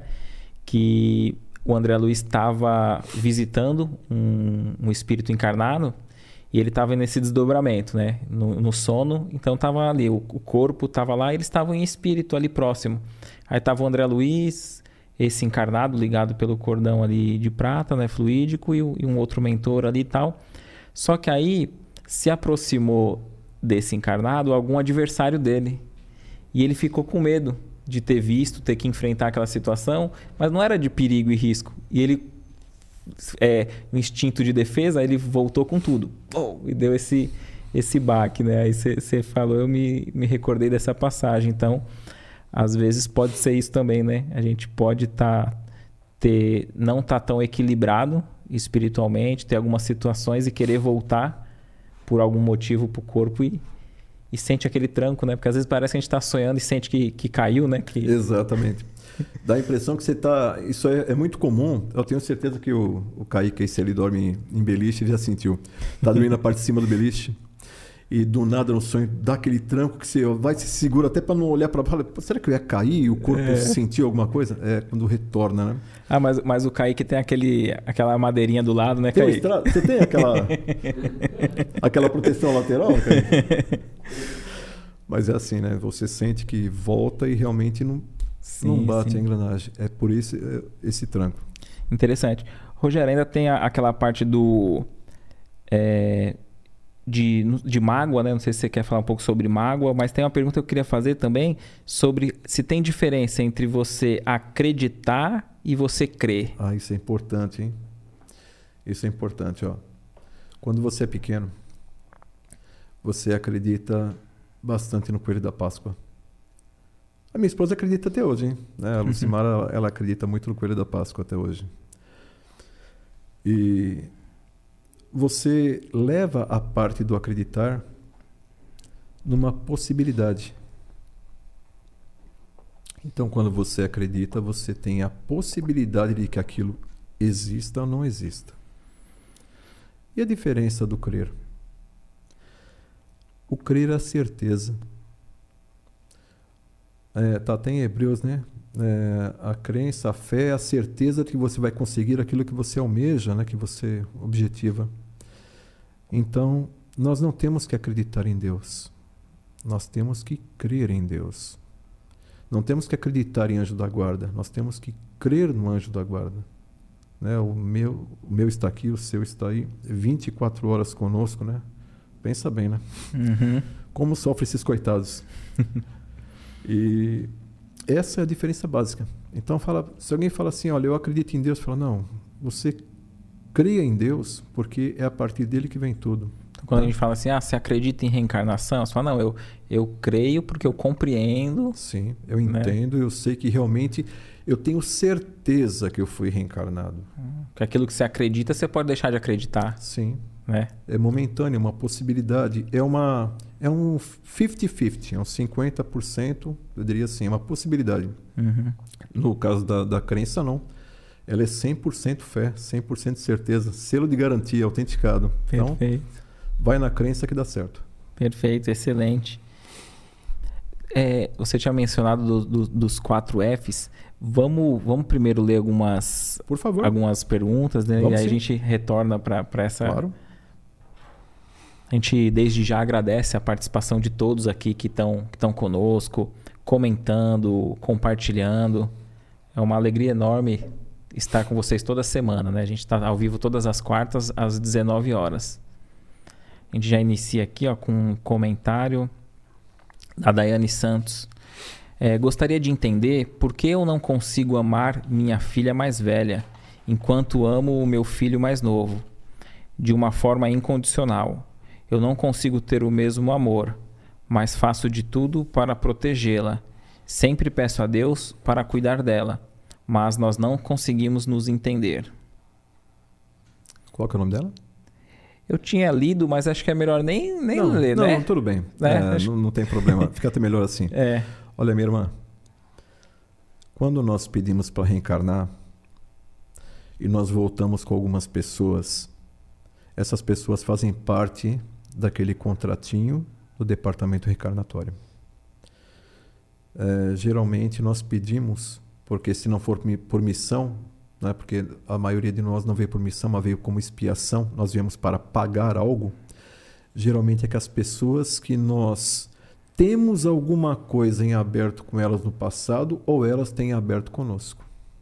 que o André Luiz estava visitando um, um espírito encarnado. E ele estava nesse desdobramento, né? No, no sono, então estava ali, o, o corpo estava lá, e eles estavam em espírito ali próximo. Aí estava o André Luiz, esse encarnado, ligado pelo cordão ali de prata, né? Fluídico, e, e um outro mentor ali e tal. Só que aí se aproximou desse encarnado algum adversário dele. E ele ficou com medo de ter visto, ter que enfrentar aquela situação, mas não era de perigo e risco. E ele... É, o instinto de defesa, ele voltou com tudo. Oh, e deu esse, esse baque, né? Aí você falou, eu me, me recordei dessa passagem. Então, às vezes pode ser isso também, né? A gente pode tá, ter, não estar tá tão equilibrado espiritualmente, ter algumas situações e querer voltar por algum motivo pro corpo e, e sente aquele tranco, né? Porque às vezes parece que a gente está sonhando e sente que, que caiu, né? Que... Exatamente. Dá a impressão que você está... Isso é, é muito comum. Eu tenho certeza que o, o Kaique, esse ele dorme em beliche, ele já sentiu. Está dormindo na parte de cima do beliche e do nada no sonho dá aquele tranco que você vai se segura até para não olhar para baixo. Será que eu ia cair e o corpo é. sentiu alguma coisa? É quando retorna, né? Ah, mas, mas o Kaique tem aquele, aquela madeirinha do lado, né, tem Kaique? Estrada, você tem aquela, aquela proteção lateral, Kaique? Mas é assim, né? Você sente que volta e realmente não... Sim, não bate sim. a engrenagem. É por isso esse tranco. Interessante. Rogério, ainda tem a, aquela parte do é, de, de mágoa, né? Não sei se você quer falar um pouco sobre mágoa, mas tem uma pergunta que eu queria fazer também sobre se tem diferença entre você acreditar e você crer. Ah, isso é importante, hein? Isso é importante, ó. Quando você é pequeno, você acredita bastante no Coelho da Páscoa. A minha esposa acredita até hoje, hein? A Lucimara, ela, ela acredita muito no Coelho da Páscoa até hoje. E você leva a parte do acreditar numa possibilidade. Então, quando você acredita, você tem a possibilidade de que aquilo exista ou não exista. E a diferença do crer? O crer é a certeza. É, tá até em Hebreus, né? É, a crença, a fé, a certeza de que você vai conseguir aquilo que você almeja, né? Que você objetiva. Então, nós não temos que acreditar em Deus. Nós temos que crer em Deus. Não temos que acreditar em anjo da guarda. Nós temos que crer no anjo da guarda. né? O meu, o meu está aqui, o seu está aí, vinte e quatro horas conosco, né? Pensa bem, né? Uhum. Como sofrem esses coitados. E essa é a diferença básica. Então, fala, se alguém fala assim, olha, eu acredito em Deus, fala, não, você creia em Deus, porque é a partir dele que vem tudo. Então, quando tá? a gente fala assim, ah, você acredita em reencarnação? Você fala, não, eu, eu creio porque eu compreendo. Sim, eu entendo, né? Eu sei que realmente, eu tenho certeza que eu fui reencarnado. Que aquilo que você acredita, você pode deixar de acreditar. Sim. Né? É momentâneo, uma possibilidade. É, uma, é um cinquenta cinquenta, é um cinquenta por cento, eu diria assim, é uma possibilidade. Uhum. No caso da, da crença, não. Ela é cem por cento fé, cem por cento certeza, selo de garantia, autenticado. Perfeito. Então, vai na crença que dá certo. Perfeito, excelente. É, você tinha mencionado do, do, dos quatro Fs. Vamos, vamos primeiro ler algumas, Por favor. algumas perguntas, né? Vamos e aí sim. a gente retorna para essa... Claro. A gente desde já agradece a participação de todos aqui que estão que estão conosco, comentando, compartilhando. É uma alegria enorme estar com vocês toda semana, né? A gente está ao vivo todas as quartas às dezenove horas. A gente já inicia aqui, ó, com um comentário da Daiane Santos. É, gostaria de entender por que eu não consigo amar minha filha mais velha, enquanto amo o meu filho mais novo, de uma forma incondicional. Eu não consigo ter o mesmo amor, mas faço de tudo para protegê-la. Sempre peço a Deus para cuidar dela, mas nós não conseguimos nos entender. Qual que é o nome dela? Eu tinha lido, mas acho que é melhor nem, nem não, ler, não, né? Não, tudo bem. É, é, acho... não, não tem problema. Fica até melhor assim. É. Olha, minha irmã, quando nós pedimos para reencarnar e nós voltamos com algumas pessoas, essas pessoas fazem parte daquele contratinho do departamento reencarnatório. É, geralmente nós pedimos, porque se não for por missão, né, porque a maioria de nós não veio por missão, mas veio como expiação, nós viemos para pagar algo, geralmente é que as pessoas que nós temos alguma coisa em aberto com elas no passado, ou elas têm aberto conosco.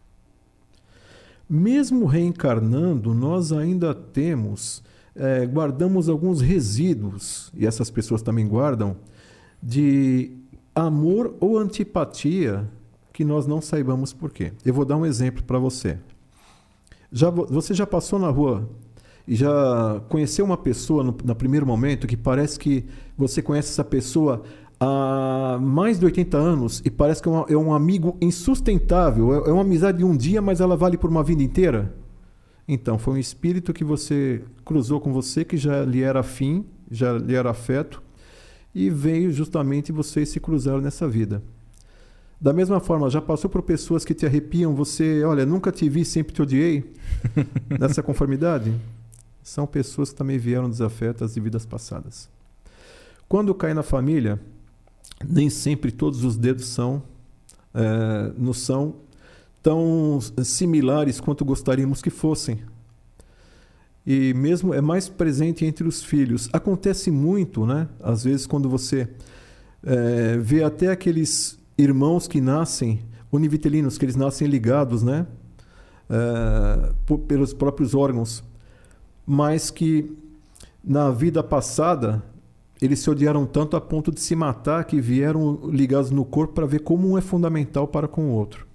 Mesmo reencarnando, nós ainda temos, é, guardamos alguns resíduos, e essas pessoas também guardam, de amor ou antipatia que nós não saibamos por quê. Eu vou dar um exemplo para você. Já, você já passou na rua e já conheceu uma pessoa no, no primeiro momento que parece que você conhece essa pessoa há mais de oitenta anos e parece que é, uma, é um amigo insustentável, é, é uma amizade de um dia, mas ela vale por uma vida inteira? Então, foi um espírito que você cruzou com você, que já lhe era afim, já lhe era afeto, e veio justamente vocês se cruzaram nessa vida. Da mesma forma, já passou por pessoas que te arrepiam, você, olha, nunca te vi, sempre te odiei, nessa conformidade? São pessoas que também vieram desafetas de vidas passadas. Quando cai na família, nem sempre todos os dedos são, é, não são tão similares quanto gostaríamos que fossem. E mesmo é mais presente entre os filhos. Acontece muito, né? Às vezes, quando você é, vê até aqueles irmãos que nascem univitelinos, que eles nascem ligados, né? É, por, pelos próprios órgãos, mas que na vida passada eles se odiaram tanto a ponto de se matar que vieram ligados no corpo para ver como um é fundamental para com o outro.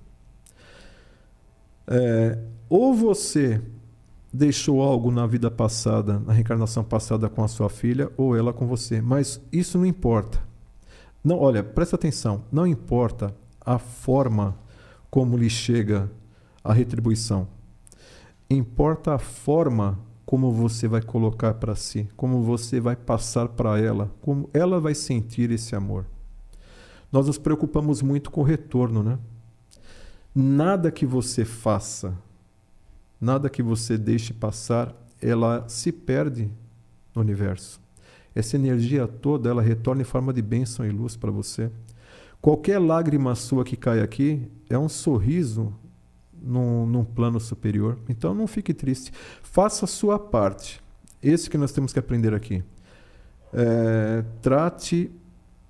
É, ou você deixou algo na vida passada, na reencarnação passada com a sua filha, ou ela com você. Mas isso não importa. Não, olha, presta atenção. Não importa a forma como lhe chega a retribuição. Importa a forma como você vai colocar para si, como você vai passar para ela, como ela vai sentir esse amor. Nós nos preocupamos muito com o retorno, né? Nada que você faça, nada que você deixe passar, ela se perde no universo. Essa energia toda, ela retorna em forma de bênção e luz para você. Qualquer lágrima sua que cai aqui é um sorriso num, num plano superior. Então não fique triste. Faça a sua parte. Esse que nós temos que aprender aqui. É, trate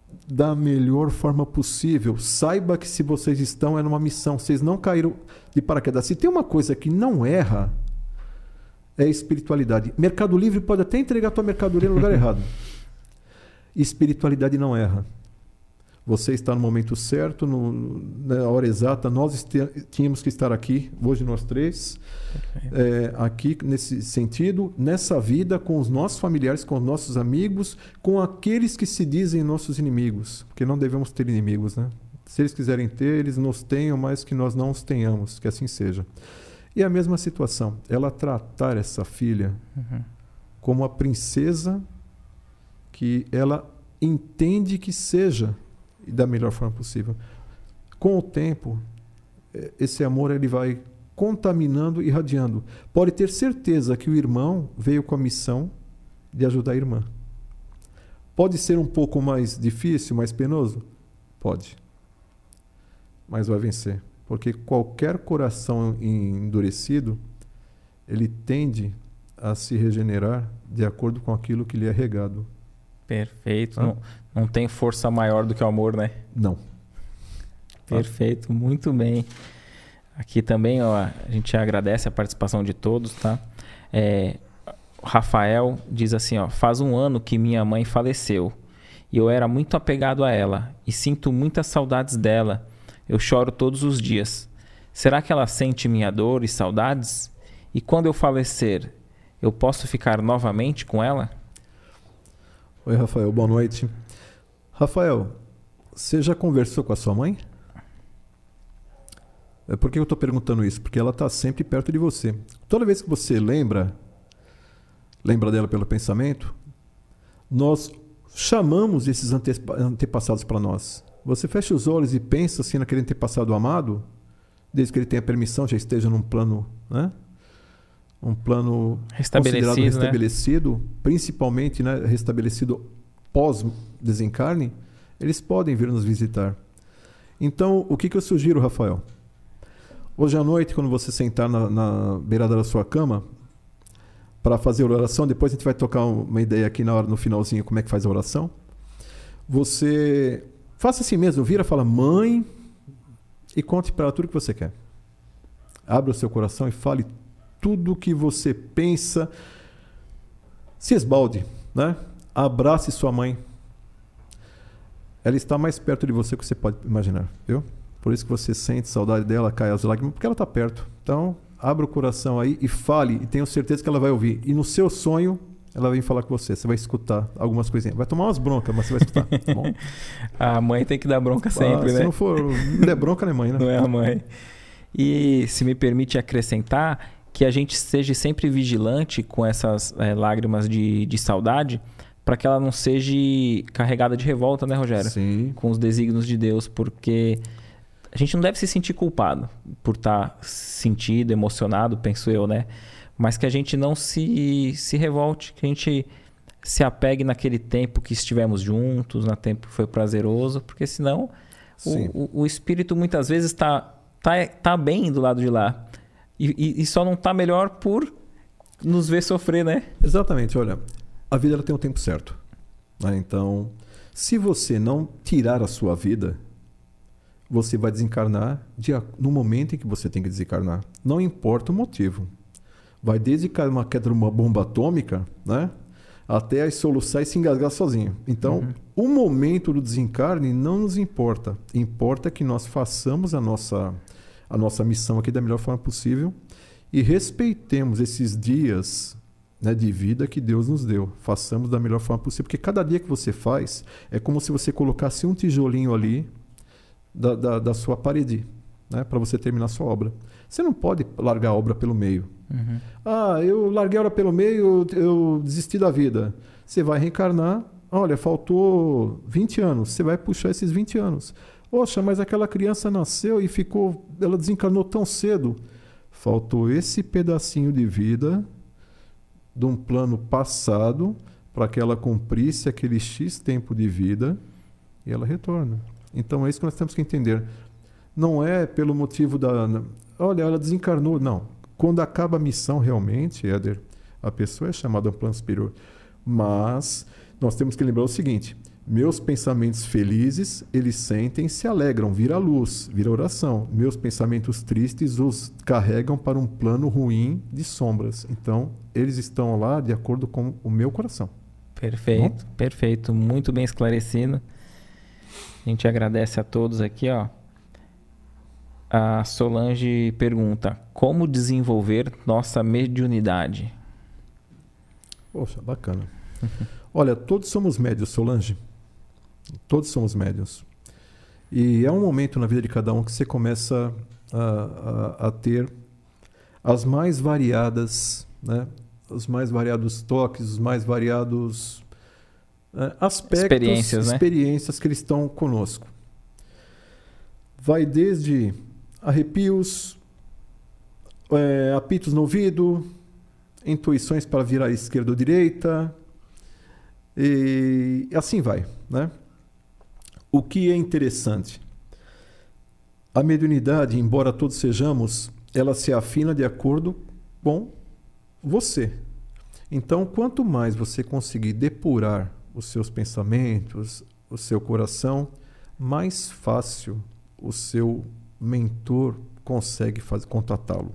da melhor forma possível. Saiba que se vocês estão é numa missão, vocês não caíram de paraquedas. Se tem uma coisa que não erra, é espiritualidade. Mercado Livre pode até entregar a tua mercadoria no lugar errado. Espiritualidade não erra. Você está no momento certo, no, na hora exata. Nós este, tínhamos que estar aqui, hoje nós três, é, aqui nesse sentido, nessa vida, com os nossos familiares, com os nossos amigos, com aqueles que se dizem nossos inimigos. Porque não devemos ter inimigos, né? Se eles quiserem ter, eles nos tenham, mas que nós não os tenhamos, que assim seja. E a mesma situação, ela tratar essa filha uhum. como a princesa que ela entende que seja e da melhor forma possível. Com o tempo, esse amor ele vai contaminando e irradiando. Pode ter certeza que o irmão veio com a missão de ajudar a irmã. Pode ser um pouco mais difícil, mais penoso? Pode. Mas vai vencer. Porque qualquer coração endurecido, ele tende a se regenerar de acordo com aquilo que lhe é regado. Perfeito. Ah? Não, não tem força maior do que o amor, né? Não. Perfeito. Muito bem. Aqui também, ó, a gente agradece a participação de todos, tá? É, o Rafael diz assim, ó, faz um ano que minha mãe faleceu e eu era muito apegado a ela e sinto muitas saudades dela. Eu choro todos os dias. Será que ela sente minha dor e saudades? E quando eu falecer, eu posso ficar novamente com ela? Oi, Rafael. Boa noite. Rafael, você já conversou com a sua mãe? É, por que eu estou perguntando isso? Porque ela está sempre perto de você. Toda vez que você lembra, lembra dela pelo pensamento, nós chamamos esses ante- antepassados para nós. Você fecha os olhos e pensa assim naquele antepassado amado, desde que ele tenha permissão, já esteja num plano, né? Um plano restabelecido, considerado restabelecido, né? Principalmente, né, restabelecido pós-desencarne, eles podem vir nos visitar. Então, o que, que eu sugiro, Rafael? Hoje à noite, quando você sentar na, na beirada da sua cama para fazer a oração, depois a gente vai tocar uma ideia aqui na hora, no finalzinho, como é que faz a oração. Você faça assim mesmo, vira e fala, mãe, e conte para ela tudo que você quer. Abra o seu coração e fale tudo o que você pensa. Se esbalde, né? Abrace sua mãe. Ela está mais perto de você do que você pode imaginar, viu? Por isso que você sente saudade dela, cai as lágrimas, porque ela está perto. Então, abra o coração aí e fale, e tenho certeza que ela vai ouvir. E no seu sonho, ela vem falar com você. Você vai escutar algumas coisinhas. Vai tomar umas broncas, mas você vai escutar, tá bom? A mãe tem que dar bronca sempre, ah, né? Se não for, não der bronca, não é mãe, né? Não é a mãe. E se me permite acrescentar, que a gente seja sempre vigilante com essas é, lágrimas de, de saudade, para que ela não seja carregada de revolta, né, Rogério? Sim. Com os desígnios de Deus, porque a gente não deve se sentir culpado por estar sentido, emocionado, penso eu, né? Mas que a gente não se, se revolte, que a gente se apegue naquele tempo que estivemos juntos, no tempo que foi prazeroso, porque senão o, o, o espírito muitas vezes está tá, tá bem do lado de lá e, e, e só não está melhor por nos ver sofrer, né? Exatamente, olha, a vida ela tem um tempo certo, né? Então, se você não tirar a sua vida, você vai desencarnar de, no momento em que você tem que desencarnar. Não importa o motivo. Vai desde uma queda de uma bomba atômica, né, até as soluçar e se engasgar sozinho. Então, uhum. o momento do desencarne não nos importa. Importa que nós façamos a nossa, a nossa missão aqui da melhor forma possível e respeitemos esses dias, né, de vida que Deus nos deu. Façamos da melhor forma possível. Porque cada dia que você faz é como se você colocasse um tijolinho ali da, da, da sua parede, né, para você terminar a sua obra. Você não pode largar a obra pelo meio. Uhum. Ah, eu larguei a obra pelo meio, eu, eu desisti da vida. Você vai reencarnar, olha, faltou vinte anos, você vai puxar esses vinte anos. Poxa, mas aquela criança nasceu e ficou, ela desencarnou tão cedo. Faltou esse pedacinho de vida de um plano passado para que ela cumprisse aquele X tempo de vida e ela retorna. Então é isso que nós temos que entender. Não é pelo motivo da... Olha, ela desencarnou. Não. Quando acaba a missão realmente, Éder, a pessoa é chamada a um plano superior. Mas nós temos que lembrar o seguinte. Meus pensamentos felizes, eles sentem, se alegram, vira luz, vira oração. Meus pensamentos tristes os carregam para um plano ruim de sombras. Então, eles estão lá de acordo com o meu coração. Perfeito, Bom? perfeito. Muito bem esclarecido. A gente agradece a todos aqui, ó. A Solange pergunta: como desenvolver nossa mediunidade? Poxa, bacana. Olha, todos somos médios, Solange. Todos somos médiuns. E é um momento na vida de cada um que você começa a, a, a ter as mais variadas, né? Os mais variados toques, os mais variados uh, aspectos, experiências, né? experiências que eles estão conosco. Vai desde arrepios, é, apitos no ouvido, intuições para virar à esquerda ou direita, e assim vai, né? O que é interessante? A mediunidade, embora todos sejamos, ela se afina de acordo com você. Então, quanto mais você conseguir depurar os seus pensamentos, o seu coração, mais fácil o seu mentor consegue fazer, contatá-lo.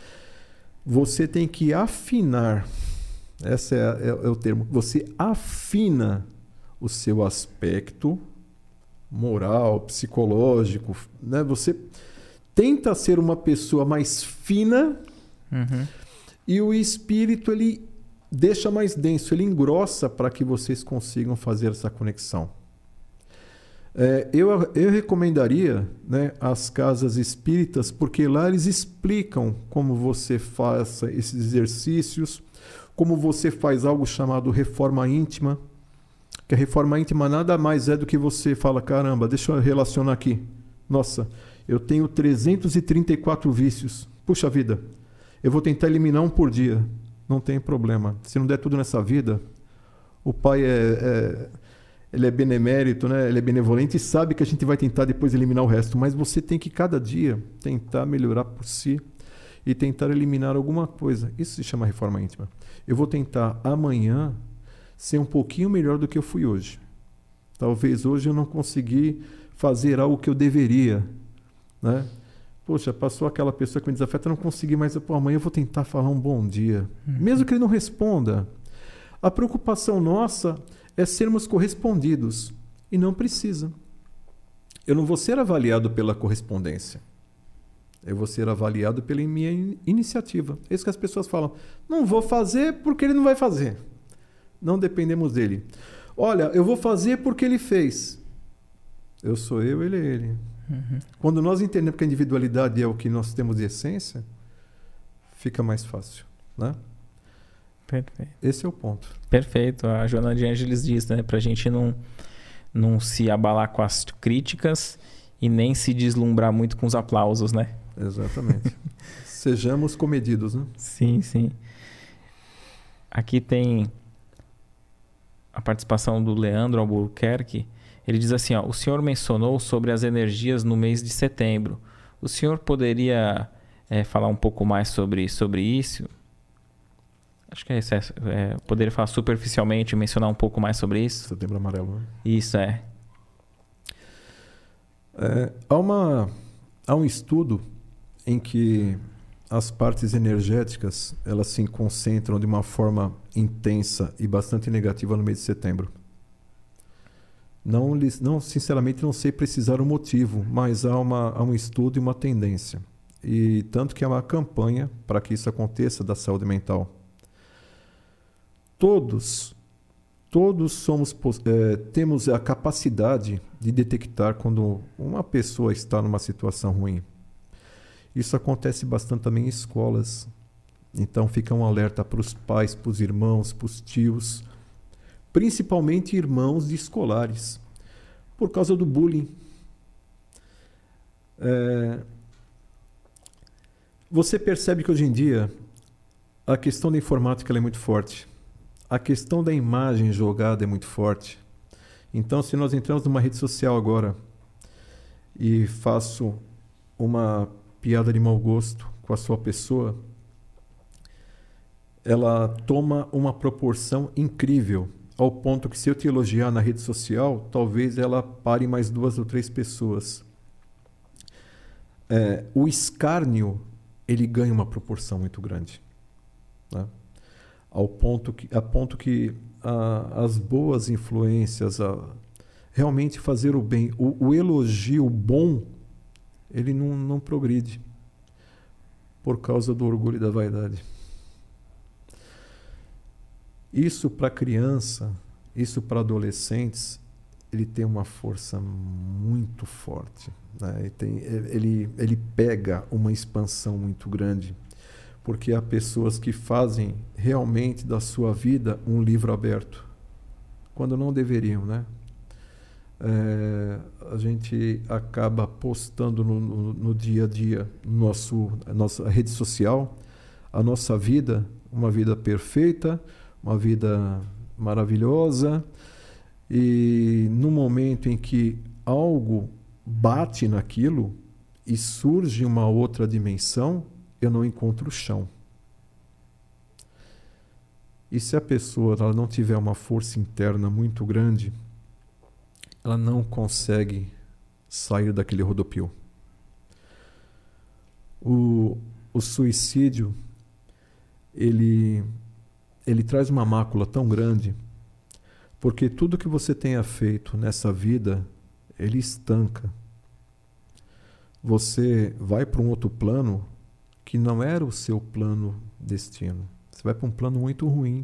Você tem que afinar, esse é, é, é o termo, você afina o seu aspecto moral, psicológico, né? Você tenta ser uma pessoa mais fina, uhum. E o espírito ele deixa mais denso, ele engrossa para que vocês consigam fazer essa conexão. É, eu, eu recomendaria, né, as casas espíritas, porque lá eles explicam como você faz esses exercícios, como você faz algo chamado reforma íntima, que a reforma íntima nada mais é do que você fala, caramba, deixa eu relacionar aqui. Nossa, eu tenho trezentos e trinta e quatro vícios. Puxa vida, eu vou tentar eliminar um por dia. Não tem problema. Se não der tudo nessa vida, o pai é, é, ele é benemérito, né? Ele é benevolente e sabe que a gente vai tentar depois eliminar o resto. Mas você tem que, cada dia, tentar melhorar por si e tentar eliminar alguma coisa. Isso se chama reforma íntima. Eu vou tentar amanhã ser um pouquinho melhor do que eu fui hoje. Talvez hoje eu não consegui fazer algo que eu deveria, né? Poxa, passou aquela pessoa que me desafeta, eu não consegui mais. Pô, amanhã eu vou tentar falar um bom dia. Uhum. Mesmo que ele não responda. A preocupação nossa é sermos correspondidos. E não precisa. Eu não vou ser avaliado pela correspondência. Eu vou ser avaliado pela minha in- iniciativa. É isso que as pessoas falam. Não vou fazer porque ele não vai fazer. Não dependemos dele. Olha, eu vou fazer porque ele fez. Eu sou eu, ele é ele. Uhum. Quando nós entendemos que a individualidade é o que nós temos de essência, fica mais fácil, né? Perfeito. Esse é o ponto. Perfeito. A Joana de Ângeles diz, né? Pra gente não, não se abalar com as críticas e nem se deslumbrar muito com os aplausos, né? Exatamente. Sejamos comedidos, né? Sim, sim. Aqui tem a participação do Leandro Albuquerque. Ele diz assim, ó, o senhor mencionou sobre as energias no mês de setembro. O senhor poderia é, falar um pouco mais sobre, sobre isso? Acho que é isso. É, é, poderia falar superficialmente, mencionar um pouco mais sobre isso? Setembro amarelo, né? Isso, é. é há, uma, há um estudo em que as partes energéticas elas se concentram de uma forma intensa e bastante negativa no mês de setembro. Não, não, sinceramente, não sei precisar o motivo, mas há, uma, há um estudo e uma tendência. E tanto que há uma campanha para que isso aconteça da saúde mental. Todos, todos somos, é, temos a capacidade de detectar quando uma pessoa está numa situação ruim. Isso acontece bastante também em escolas. Então fica um alerta para os pais, para os irmãos, para os tios, principalmente irmãos de escolares, por causa do bullying. É... Você percebe que hoje em dia a questão da informática ela é muito forte. A questão da imagem jogada é muito forte. Então, se nós entramos numa rede social agora e faço uma piada de mau gosto com a sua pessoa, ela toma uma proporção incrível. ao ponto que se eu te elogiar na rede social, talvez ela pare mais duas ou três pessoas. É, o escárnio, ele ganha uma proporção muito grande, né? Ao ponto que, a ponto que a, as boas influências, a, realmente fazer o bem, o, o elogio bom, ele não, não progride por causa do orgulho e da vaidade. Isso para criança, isso para adolescentes, ele tem uma força muito forte, né? Ele, tem, ele, ele pega uma expansão muito grande, porque há pessoas que fazem realmente da sua vida um livro aberto, quando não deveriam, né? É, a gente acaba postando no, no, no dia a dia, no nosso, a nossa rede social, a nossa vida, uma vida perfeita, uma vida maravilhosa, e no momento em que algo bate naquilo e surge uma outra dimensão, eu não encontro o chão. E se a pessoa ela não tiver uma força interna muito grande, ela não consegue sair daquele rodopio. O, o suicídio, ele, ele traz uma mácula tão grande, porque tudo que você tenha feito nessa vida, ele estanca. Você vai para um outro plano que não era o seu plano destino. Você vai para um plano muito ruim.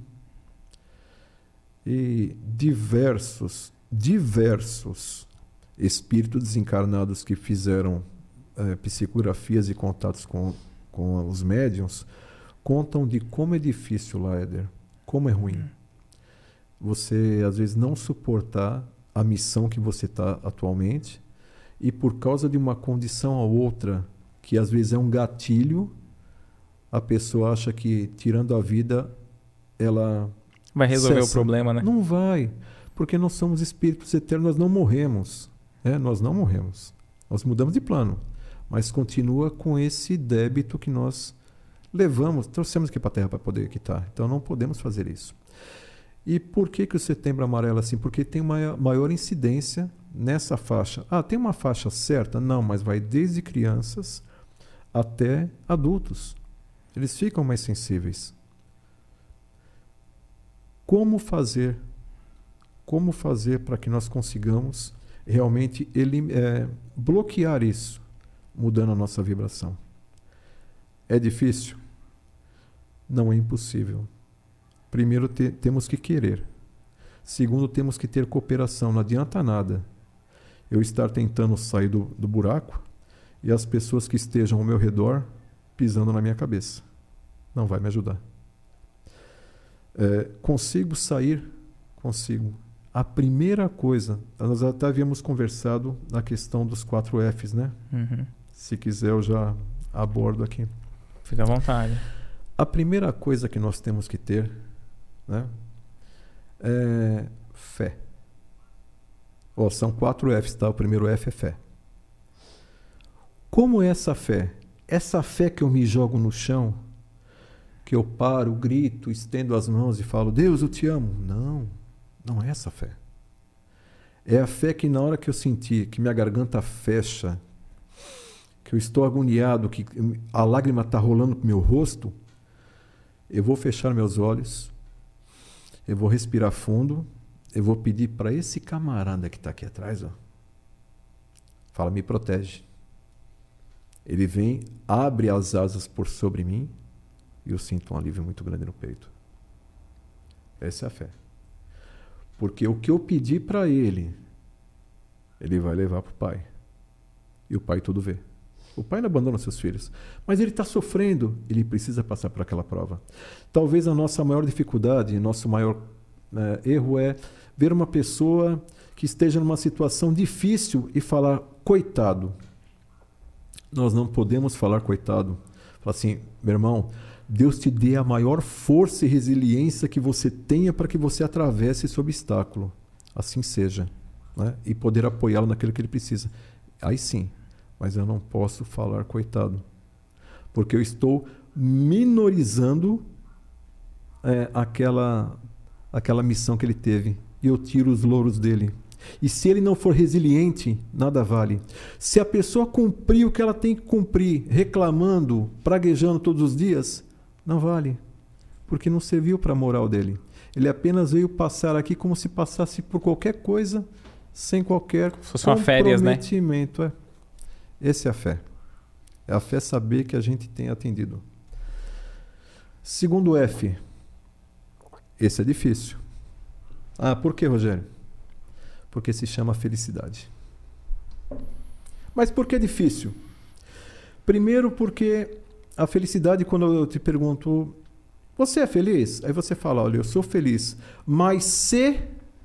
E diversos, diversos espíritos desencarnados que fizeram é, psicografias e contatos com, com os médiuns contam de como é difícil lá, Éder, como é ruim. Você, às vezes, não suportar a missão que você está atualmente e por causa de uma condição ou outra, que às vezes é um gatilho, a pessoa acha que, tirando a vida, ela vai resolver cessa. O problema, né? Não vai, porque nós somos espíritos eternos, nós não morremos. Né? Nós não morremos. Nós mudamos de plano, mas continua com esse débito que nós levamos, trouxemos aqui para a Terra para poder quitar. Então não podemos fazer isso. E por que, que o Setembro Amarelo é assim? Porque tem uma maior incidência nessa faixa. Ah, tem uma faixa certa? Não, mas vai desde crianças até adultos. Eles ficam mais sensíveis. Como fazer? Como fazer para que nós consigamos realmente elim- é, bloquear isso, mudando a nossa vibração? É difícil? Não é impossível. Primeiro, te, temos que querer. Segundo, temos que ter cooperação. Não adianta nada eu estar tentando sair do, do buraco e as pessoas que estejam ao meu redor pisando na minha cabeça. Não vai me ajudar. É, consigo sair? Consigo. A primeira coisa, nós até havíamos conversado na questão dos quatro Fs, né? Uhum. Se quiser, eu já abordo aqui. Fica à vontade. A primeira coisa que nós temos que ter, né, é fé. Oh, são quatro Fs, tá? O primeiro F é fé. Como é essa fé? Essa fé que eu me jogo no chão, que eu paro, grito, estendo as mãos e falo, Deus, eu te amo. Não, não é essa fé. É a fé que na hora que eu sentir que minha garganta fecha, que eu estou agoniado, que a lágrima está rolando pro meu rosto, eu vou fechar meus olhos, eu vou respirar fundo, eu vou pedir para esse camarada que está aqui atrás, ó, fala, me protege. Ele vem, abre as asas por sobre mim e eu sinto um alívio muito grande no peito. Essa é a fé. Porque o que eu pedi para ele, ele vai levar para o Pai. E o Pai tudo vê. O pai não abandona seus filhos, mas ele está sofrendo, ele precisa passar por aquela prova. Talvez a nossa maior dificuldade, nosso maior né, erro é ver uma pessoa que esteja numa situação difícil e falar, coitado. Nós não podemos falar coitado. Falar assim, meu irmão, Deus te dê a maior força e resiliência que você tenha para que você atravesse esse obstáculo. Assim seja. Né? E poder apoiá-lo naquilo que ele precisa. Aí sim. Mas eu não posso falar coitado, porque eu estou minorizando é, aquela, aquela missão que ele teve e eu tiro os louros dele. E se ele não for resiliente, nada vale. Se a pessoa cumprir o que ela tem que cumprir, reclamando, praguejando todos os dias, não vale. Porque não serviu para a moral dele. Ele apenas veio passar aqui como se passasse por qualquer coisa, sem qualquer comprometimento. Férias, né? É. Essa é a fé. É a fé saber que a gente tem atendido. Segundo F. Esse é difícil. Ah, por que, Rogério? Porque se chama felicidade. Mas por que é difícil? Primeiro porque a felicidade, quando eu te pergunto, você é feliz? Aí você fala, olha, eu sou feliz, mas se...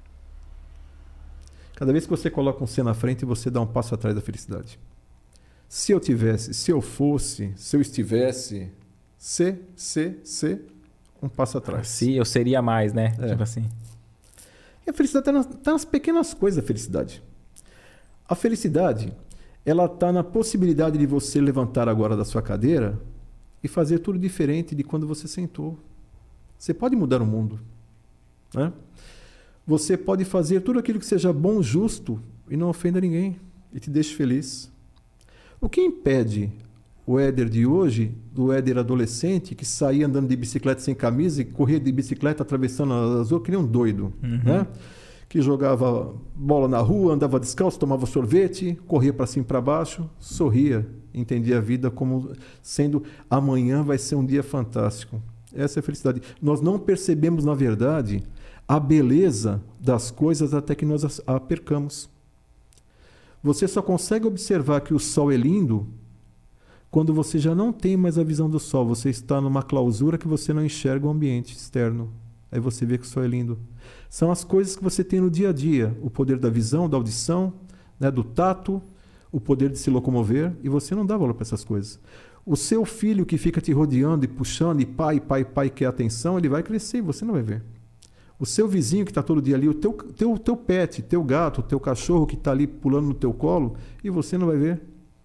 Cada vez que você coloca um se na frente, você dá um passo atrás da felicidade. Se eu tivesse, se eu fosse, se eu estivesse, se, se, se, um passo atrás. Se eu seria mais, né? É. Tipo assim. E a felicidade está nas, tá nas pequenas coisas, a felicidade. A felicidade, ela está na possibilidade de você levantar agora da sua cadeira e fazer tudo diferente de quando você sentou. Você pode mudar o mundo, né? Você pode fazer tudo aquilo que seja bom, justo e não ofenda ninguém e te deixe feliz. O que impede o Éder de hoje, do Éder adolescente, que saía andando de bicicleta sem camisa e corria de bicicleta atravessando as ruas que nem um doido, uhum. né? Que jogava bola na rua, andava descalço, tomava sorvete, corria para cima e para baixo, sorria, entendia a vida como sendo amanhã vai ser um dia fantástico. Essa é a felicidade. Nós não percebemos, na verdade, a beleza das coisas até que nós a percamos. Você só consegue observar que o sol é lindo quando você já não tem mais a visão do sol. Você está numa clausura que você não enxerga o ambiente externo. Aí você vê que o sol é lindo. São as coisas que você tem no dia a dia. O poder da visão, da audição, né, do tato, o poder de se locomover. E você não dá valor para essas coisas. O seu filho que fica te rodeando e puxando, e pai, pai, pai quer atenção, ele vai crescer e você não vai ver. O seu vizinho que está todo dia ali, o teu, teu, teu pet, teu gato, teu cachorro que está ali pulando no teu colo, e você não vai ver.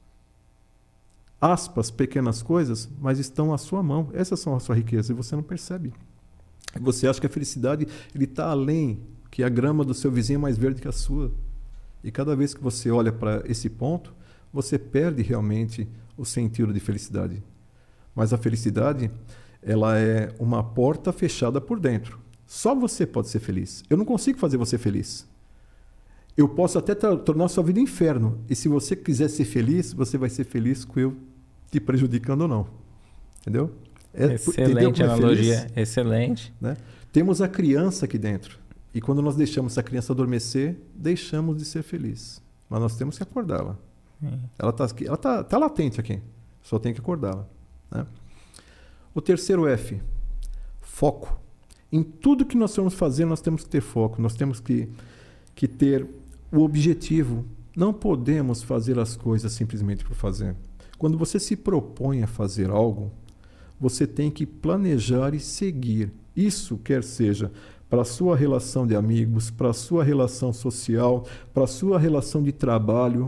Aspas, pequenas coisas, mas estão à sua mão. Essas são a sua riqueza e você não percebe. Você acha que a felicidade está além, que a grama do seu vizinho é mais verde que a sua. E cada vez que você olha para esse ponto, você perde realmente o sentido de felicidade. Mas a felicidade, ela é uma porta fechada por dentro. Só você pode ser feliz. Eu não consigo fazer você feliz. Eu posso até tornar a sua vida um inferno. E se você quiser ser feliz, você vai ser feliz com eu te prejudicando ou não. Entendeu? É, excelente analogia. Feliz, excelente. Né? Temos a criança aqui dentro. E quando nós deixamos essa criança adormecer, deixamos de ser feliz. Mas nós temos que acordá-la. Hum. Ela está ela tá, tá latente aqui. Só tem que acordá-la. Né? O terceiro F. Foco. Em tudo que nós vamos fazer, nós temos que ter foco, nós temos que, que ter o objetivo. Não podemos fazer as coisas simplesmente por fazer. Quando você se propõe a fazer algo, você tem que planejar e seguir. Isso quer seja para a sua relação de amigos, para a sua relação social, para a sua relação de trabalho.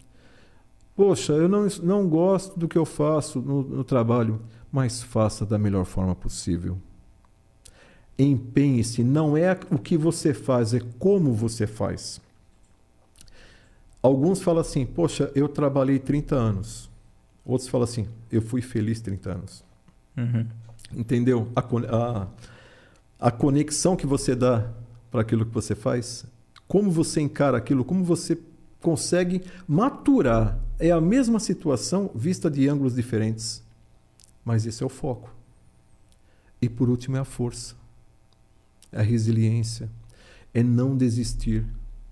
Poxa, eu não, não gosto do que eu faço no, no trabalho, mas faça da melhor forma possível. Empenhe-se, não é o que você faz, é como você faz. Alguns falam assim, poxa, eu trabalhei trinta anos. Outros falam assim, eu fui feliz trinta anos. Uhum. Entendeu? A, a, a conexão que você dá para aquilo que você faz, como você encara aquilo, como você consegue maturar. É a mesma situação vista de ângulos diferentes. Mas esse é o foco. E por último é a força. A resiliência, é não desistir.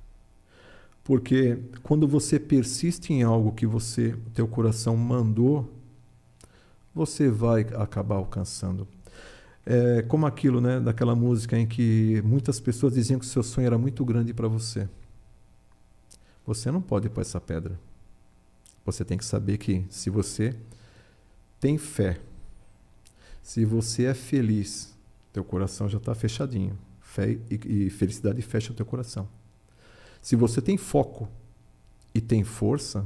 Porque quando você persiste em algo que você, teu coração mandou, você vai acabar alcançando. É como aquilo, né, daquela música em que muitas pessoas diziam que o seu sonho era muito grande para você. Você não pode ir para essa pedra. Você tem que saber que se você tem fé, se você é feliz, teu coração já está fechadinho. Fé e, e felicidade fecha o teu coração. Se você tem foco e tem força,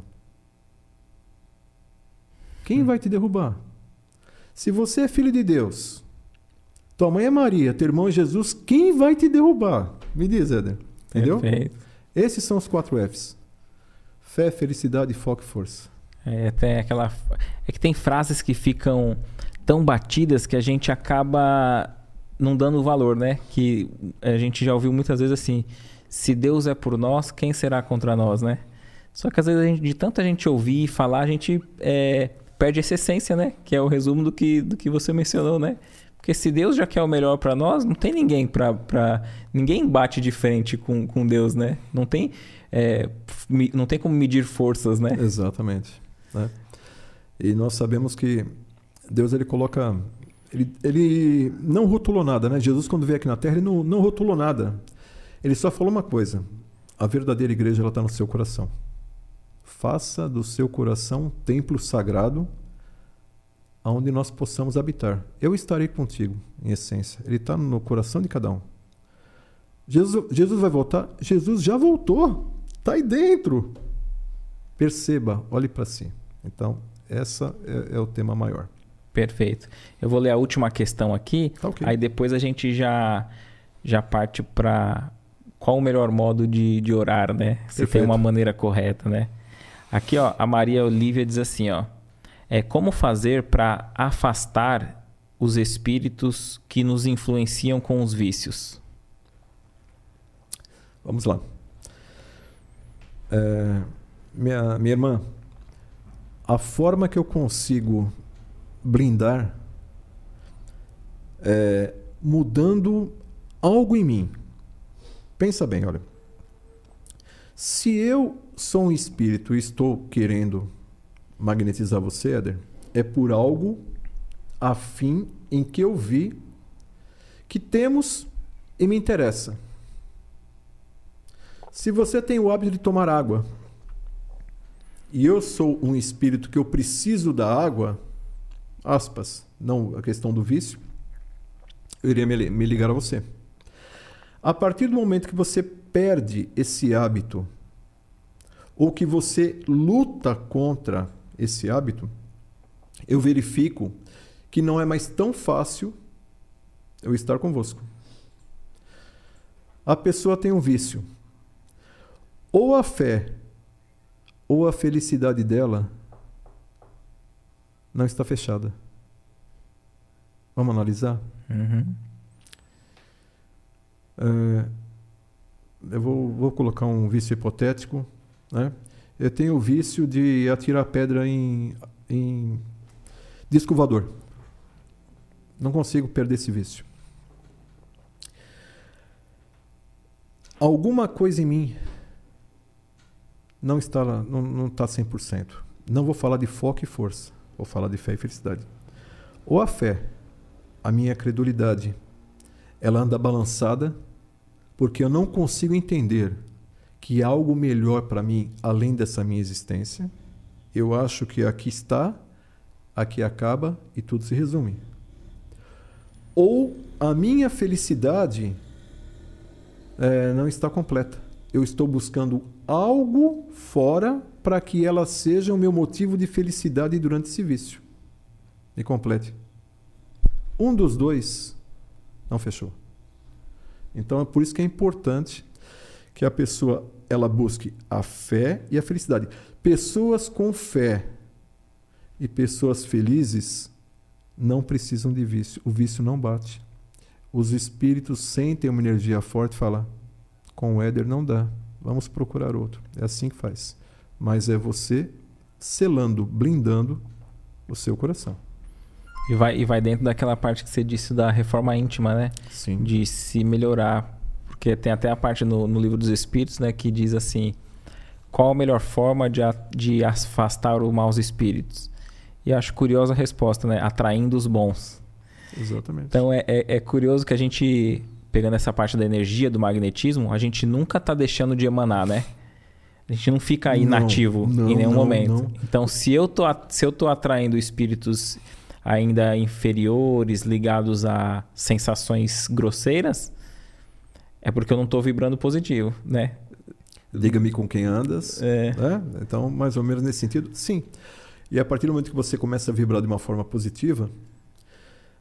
quem hum. vai te derrubar? Se você é filho de Deus, Tua mãe é Maria, teu irmão é Jesus. Quem vai te derrubar? Me diz, Éder. Entendeu? Perfeito. Esses são os quatro Fs. Fé, felicidade, foco e força. É, até aquela... é que tem frases que ficam tão batidas que a gente acaba não dando valor, né? Que a gente já ouviu muitas vezes assim, se Deus é por nós, quem será contra nós, né? Só que às vezes a gente, de tanta gente ouvir e falar, a gente é, perde essa essência, né? Que é o resumo do que, do que você mencionou, né? Porque se Deus já quer o melhor para nós, não tem ninguém para... Pra... Ninguém bate de frente com, com Deus, né? Não tem, é, não tem como medir forças, né? Exatamente. Né? E nós sabemos que Deus, ele coloca... Ele, ele não rotulou nada, né? Jesus, quando veio aqui na Terra, ele não, não rotulou nada. Ele só falou uma coisa. A verdadeira igreja, ela está no seu coração. Faça do seu coração um templo sagrado onde nós possamos habitar. Eu estarei contigo, em essência. Ele está no coração de cada um. Jesus, Jesus vai voltar? Jesus já voltou. Está aí dentro. Perceba, olhe para si. Então, essa é, é o tema maior. Perfeito. Eu vou ler a última questão aqui. Tá, okay. Aí depois a gente já, já parte para qual o melhor modo de, de orar, né? Se Perfeito. tem uma maneira correta, né? Aqui, ó, a Maria Olívia diz assim, ó. É como fazer para afastar os espíritos que nos influenciam com os vícios? Vamos lá. É, minha, minha irmã, a forma que eu consigo blindar é mudando algo em mim. Pensa bem, olha. Se eu sou um espírito e estou querendo magnetizar você, Éder, é por algo afim em que eu vi que temos e me interessa. Se você tem o hábito de tomar água e eu sou um espírito que eu preciso da água, aspas, não a questão do vício, eu iria me ligar a você. A partir do momento que você perde esse hábito ou que você luta contra esse hábito, eu verifico que não é mais tão fácil eu estar convosco. A pessoa tem um vício. Ou a fé ou a felicidade dela não está fechada. Vamos analisar? Uhum. É, eu vou, vou colocar um vício hipotético, né? Eu tenho o vício de atirar pedra em, em disco voador. Não consigo perder esse vício. Alguma coisa em mim não está, não, não está cem por cento. Não vou falar de foco e força. Vou falar de fé e felicidade. Ou a fé, a minha credulidade, ela anda balançada porque eu não consigo entender que há algo melhor para mim além dessa minha existência. Eu acho que aqui está, aqui acaba e tudo se resume. Ou a minha felicidade é, não está completa. Eu estou buscando algo fora para que ela seja o meu motivo de felicidade durante esse vício. Me complete. Um dos dois não fechou. Então é por isso que é importante que a pessoa ela busque a fé e a felicidade. Pessoas com fé e pessoas felizes não precisam de vício. O vício não bate. Os espíritos sentem uma energia forte e falam, com o Éder não dá, vamos procurar outro. É assim que faz. Mas é você selando, blindando o seu coração. E vai, e vai dentro daquela parte que você disse da reforma íntima, né? Sim. De se melhorar. Porque tem até a parte no, no livro dos Espíritos, né? Que diz assim, qual a melhor forma de, a, de afastar os maus espíritos? E acho curiosa a resposta, né? Atraindo os bons. Exatamente. Então é, é, é curioso que a gente, pegando essa parte da energia, do magnetismo, a gente nunca está deixando de emanar, né? A gente não fica inativo não, não, em nenhum não, momento. Não. Então, se eu tô, se eu tô atraindo espíritos ainda inferiores, ligados a sensações grosseiras, é porque eu não estou vibrando positivo, né? Diga-me com quem andas. É. Né? Então, mais ou menos nesse sentido, sim. E a partir do momento que você começa a vibrar de uma forma positiva,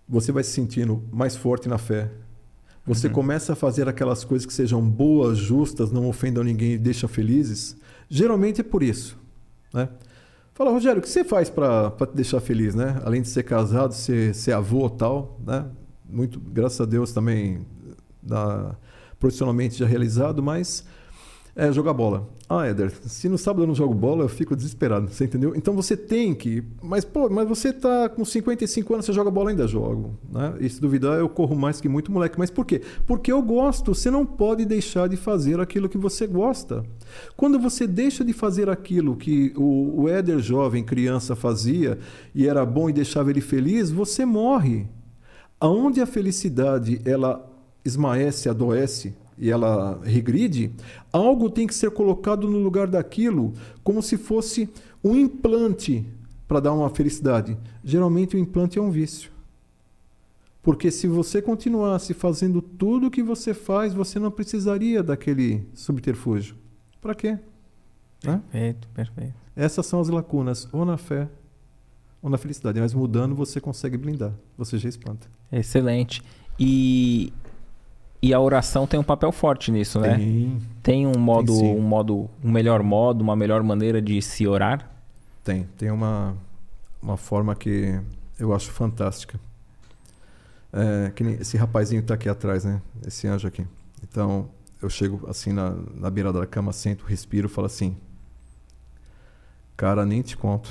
você vai se sentindo mais forte na fé. Você Uhum. começa a fazer aquelas coisas que sejam boas, justas, não ofendam ninguém e deixam felizes. Geralmente é por isso, né? Fala, Rogério, o que você faz para te deixar feliz, né? Além de ser casado, ser, ser avô e tal, né? Muito, graças a Deus também, da, profissionalmente já realizado, mas é jogar bola. Ah, Éder, se no sábado eu não jogo bola, eu fico desesperado, você entendeu? Então você tem que... Mas, pô, mas você tá com cinquenta e cinco anos, você joga bola, ainda jogo, né? E se duvidar, eu corro mais que muito moleque. Mas por quê? Porque eu gosto. Você não pode deixar de fazer aquilo que você gosta. Quando você deixa de fazer aquilo que o, o Éder jovem, criança, fazia e era bom e deixava ele feliz, você morre. Aonde a felicidade, ela esmaece, adoece, e ela regride, algo tem que ser colocado no lugar daquilo como se fosse um implante para dar uma felicidade. Geralmente o implante é um vício. Porque se você continuasse fazendo tudo o que você faz, você não precisaria daquele subterfúgio. Para quê? Perfeito, perfeito. Essas são as lacunas, ou na fé, ou na felicidade. Mas mudando, você consegue blindar. Você já espanta. Excelente. E... E a oração tem um papel forte nisso, né? Tem. Tem um modo, Tem, sim. um modo, um melhor modo, uma melhor maneira de se orar? Tem. Tem uma, uma forma que eu acho fantástica. É, que nem esse rapazinho que está aqui atrás, né? Esse anjo aqui. Então, eu chego assim na, na beirada da cama, sento, respiro, falo assim: cara, nem te conto.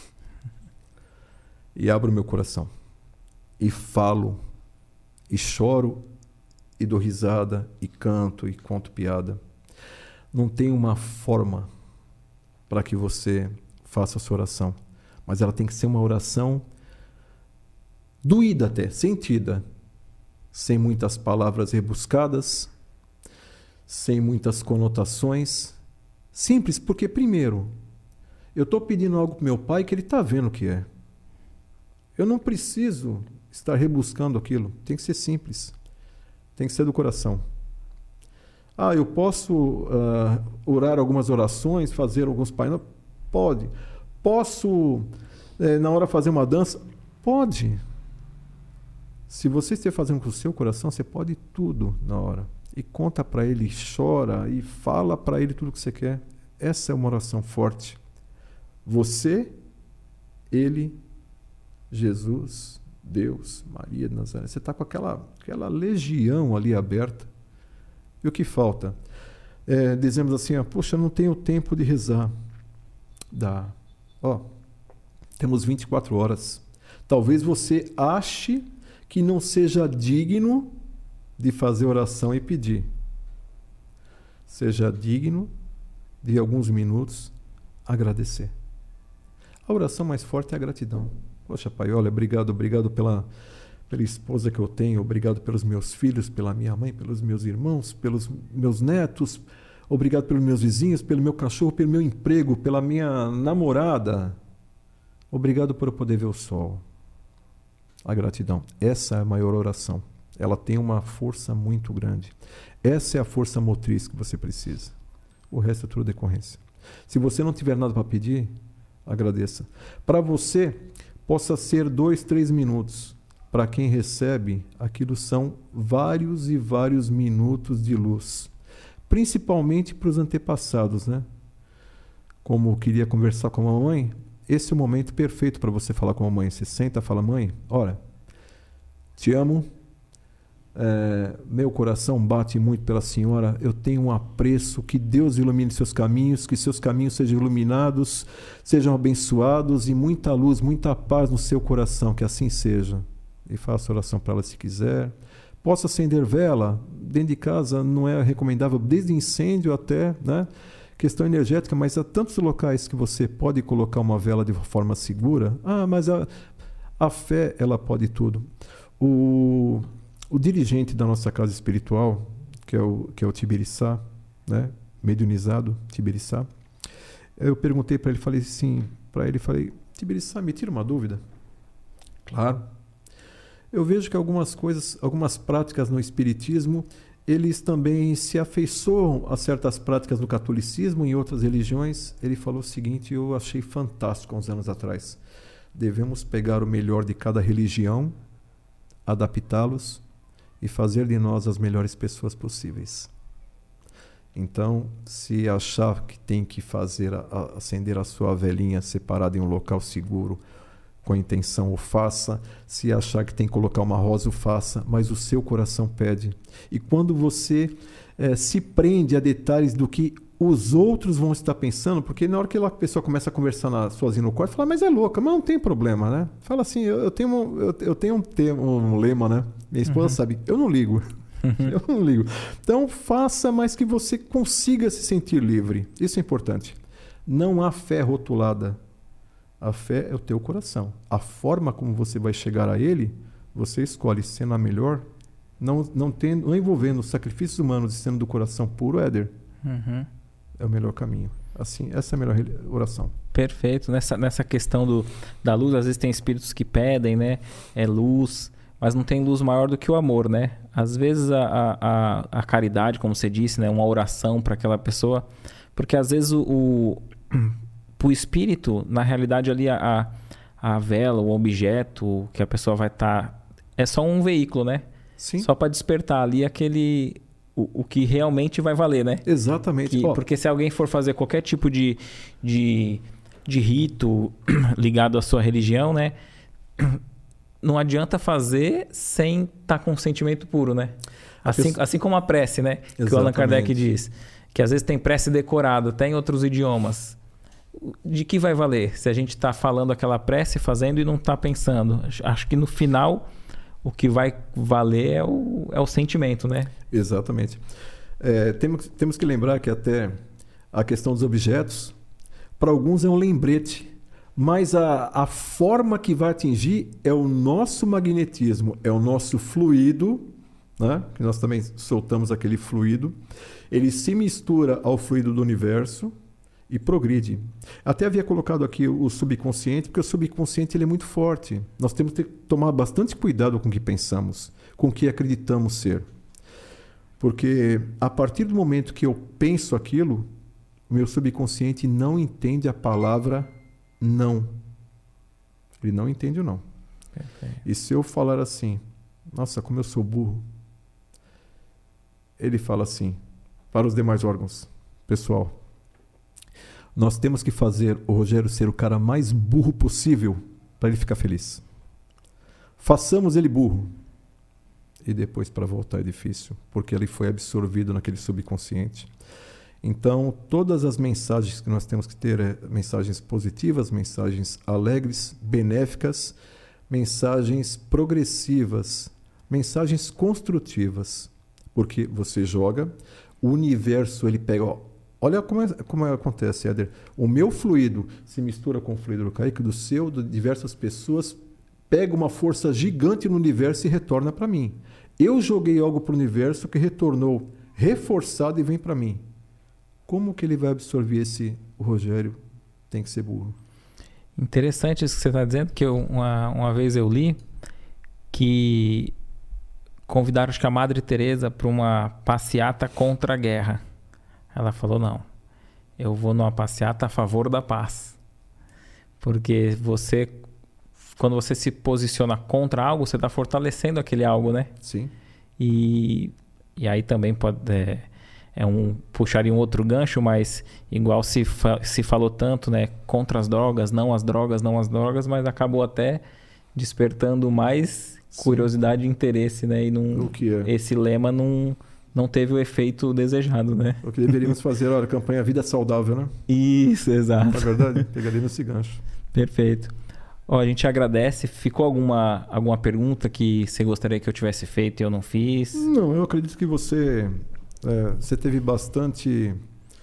E abro meu coração. E falo. E choro. E dou risada, e canto, e conto piada. Não tem uma forma para que você faça a sua oração. Mas ela tem que ser uma oração doída até, sentida. Sem muitas palavras rebuscadas, sem muitas conotações. Simples, porque primeiro, eu estou pedindo algo para meu pai que ele está vendo o que é. Eu não preciso estar rebuscando aquilo. Tem que ser simples. Tem que ser do coração. Ah, eu posso uh, orar algumas orações, fazer alguns Pai Nosso? Pode. Posso, eh, na hora, fazer uma dança? Pode. Se você estiver fazendo com o seu coração, você pode tudo na hora. E conta para ele, chora e fala para ele tudo que você quer. Essa é uma oração forte. Você, ele, Jesus, Deus, Maria de Nazaré. Você está com aquela, aquela legião ali aberta. E o que falta? É, dizemos assim, ah, poxa, não tenho tempo de rezar. Dá. Ó, temos vinte e quatro horas. Talvez você ache que não seja digno de fazer oração e pedir. Seja digno de alguns minutos agradecer. A oração mais forte é a gratidão. Poxa, Pai, olha, obrigado, obrigado pela, pela esposa que eu tenho, obrigado pelos meus filhos, pela minha mãe, pelos meus irmãos, pelos meus netos, obrigado pelos meus vizinhos, pelo meu cachorro, pelo meu emprego, pela minha namorada. Obrigado por eu poder ver o sol. A gratidão. Essa é a maior oração. Ela tem uma força muito grande. Essa é a força motriz que você precisa. O resto é tudo decorrência. Se você não tiver nada para pedir, agradeça. Para você, possa ser dois, três minutos. Para quem recebe, aquilo são vários e vários minutos de luz. Principalmente para os antepassados, né? Como queria conversar com a mamãe, esse é o momento perfeito para você falar com a mãe. Você senta e fala, mãe, olha, te amo, é, meu coração bate muito pela senhora, eu tenho um apreço, que Deus ilumine seus caminhos, que seus caminhos sejam iluminados, sejam abençoados e muita luz, muita paz no seu coração, que assim seja. E faça oração para ela se quiser. Possa acender vela, dentro de casa não é recomendável, desde incêndio até, né? Questão energética, mas há tantos locais que você pode colocar uma vela de forma segura. Ah, mas a, a fé, ela pode tudo. O, o dirigente da nossa casa espiritual, que é o, que é o Tibiriçá, né? Mediunizado, Tibiriçá, eu perguntei para ele, falei assim, para ele, falei, Tibiriçá, me tira uma dúvida. Claro. Eu vejo que algumas coisas, algumas práticas no espiritismo, eles também se afeiçoam a certas práticas no catolicismo e em outras religiões. Ele falou o seguinte, eu achei fantástico há uns anos atrás. Devemos pegar o melhor de cada religião adaptá-los e fazer de nós as melhores pessoas possíveis. Então, se achar que tem que fazer, a, a, acender a sua velhinha separada em um local seguro, com intenção, o faça. Se achar que tem que colocar uma rosa, o faça. Mas o seu coração pede. E quando você é, se prende a detalhes do que os outros vão estar pensando, porque na hora que a pessoa começa a conversar na, sozinha no quarto, fala, mas é louca, mas não tem problema, né? Fala assim, eu, eu tenho, um, eu, eu tenho um, termo, um lema, né? Minha esposa uhum. sabe, eu não ligo. Eu não ligo. Então, faça, mas que você consiga se sentir livre. Isso é importante. Não há fé rotulada. A fé é o teu coração. A forma como você vai chegar a ele, você escolhe sendo a melhor, não, não, tendo, não envolvendo sacrifícios humanos e sendo do coração puro, Éder. Uhum. É o melhor caminho. Assim, essa é a melhor oração. Perfeito. Nessa, nessa questão do, da luz, às vezes tem espíritos que pedem, né? É luz, mas não tem luz maior do que o amor, né? Às vezes a, a, a caridade, como você disse, né? Uma oração para aquela pessoa, porque às vezes o, o, o espírito, na realidade ali a, a vela, o objeto que a pessoa vai estar, tá, é só um veículo, né? Sim. Só para despertar ali aquele, o, o que realmente vai valer, né? Exatamente. Que, porque se alguém for fazer qualquer tipo de, de, de rito ligado à sua religião, né? Não adianta fazer sem estar tá com um sentimento puro, né? Assim, pessoa... assim como a prece, né? Exatamente. Que o Allan Kardec diz. Que às vezes tem prece decorada, até em outros idiomas. De que vai valer se a gente está falando aquela prece, fazendo e não está pensando? Acho que no final o que vai valer é o, é o sentimento, né? Exatamente. É, temos, temos que lembrar que até a questão dos objetos, para alguns é um lembrete. Mas a, a forma que vai atingir é o nosso magnetismo, é o nosso fluido, né? Que nós também soltamos aquele fluido. Ele se mistura ao fluido do universo e progride. Até havia colocado aqui o subconsciente, porque o subconsciente ele é muito forte. Nós temos que tomar bastante cuidado com o que pensamos, com o que acreditamos ser. Porque a partir do momento que eu penso aquilo, o meu subconsciente não entende a palavra não. Ele não entende o não. Perfeito. E se eu falar assim, nossa, como eu sou burro, ele fala assim, para os demais órgãos, pessoal, nós temos que fazer o Rogério ser o cara mais burro possível para ele ficar feliz. Façamos ele burro. E depois para voltar é difícil, porque ele foi absorvido naquele subconsciente. Então, todas as mensagens que nós temos que ter é mensagens positivas, mensagens alegres, benéficas, mensagens progressivas, mensagens construtivas. Porque você joga, o universo ele pega... Ó, olha como, é, como é, acontece, Éder. O meu fluido se mistura com o fluido do Kaique, do seu, de diversas pessoas, pega uma força gigante no universo e retorna para mim. Eu joguei algo para o universo que retornou reforçado e vem para mim. Como que ele vai absorver esse o Rogério? Tem que ser burro. Interessante isso que você está dizendo, que eu, uma, uma vez eu li que convidaram acho que a Madre Teresa para uma passeata contra a guerra. Ela falou, não, eu vou numa passeata a favor da paz. Porque você, quando você se posiciona contra algo, você está fortalecendo aquele algo, né? Sim. E, e aí também pode... É, É um, puxaria um outro gancho, mas igual se, fa se falou tanto, né? Contra as drogas, não as drogas, não as drogas, mas acabou até despertando mais Sim. curiosidade e interesse, né? E não, o que é? Esse lema não, não teve o efeito desejado, né? O que deveríamos fazer, olha, campanha Vida Saudável, né? Isso, exato. Na verdade, pegaria nesse gancho. Perfeito. Ó, a gente agradece. Ficou alguma, alguma pergunta que você gostaria que eu tivesse feito e eu não fiz? Não, eu acredito que você... É, você teve bastante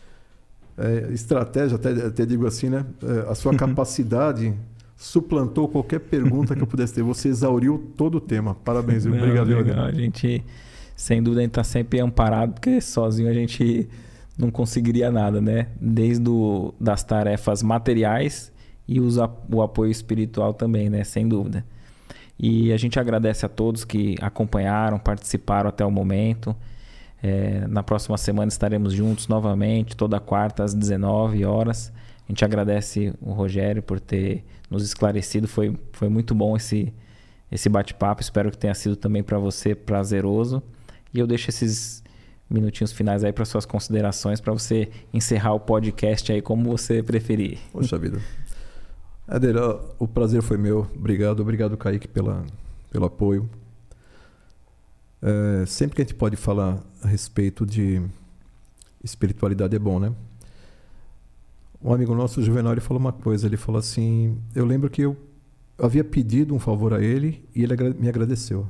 é, estratégia, até, até digo assim, né? É, a sua capacidade suplantou qualquer pergunta que eu pudesse ter. Você exauriu todo o tema. Parabéns, viu? Obrigado. Legal. A gente, sem dúvida, a gente está sempre amparado, porque sozinho a gente não conseguiria nada, né? Desde o, das tarefas materiais e os, o apoio espiritual também, né? Sem dúvida. E a gente agradece a todos que acompanharam, participaram até o momento. É, na próxima semana estaremos juntos novamente, toda quarta às dezenove horas. A gente agradece o Rogério por ter nos esclarecido. Foi, foi muito bom esse, esse bate-papo. Espero que tenha sido também para você prazeroso. E eu deixo esses minutinhos finais aí para suas considerações, para você encerrar o podcast aí como você preferir. Poxa vida. Éder, o prazer foi meu. Obrigado, obrigado, Kaique, pela, pelo apoio. É, sempre que a gente pode falar a respeito de espiritualidade é bom, né? Um amigo nosso, o Juvenal, ele falou uma coisa. Ele falou assim, eu lembro que eu havia pedido um favor a ele e ele me agradeceu.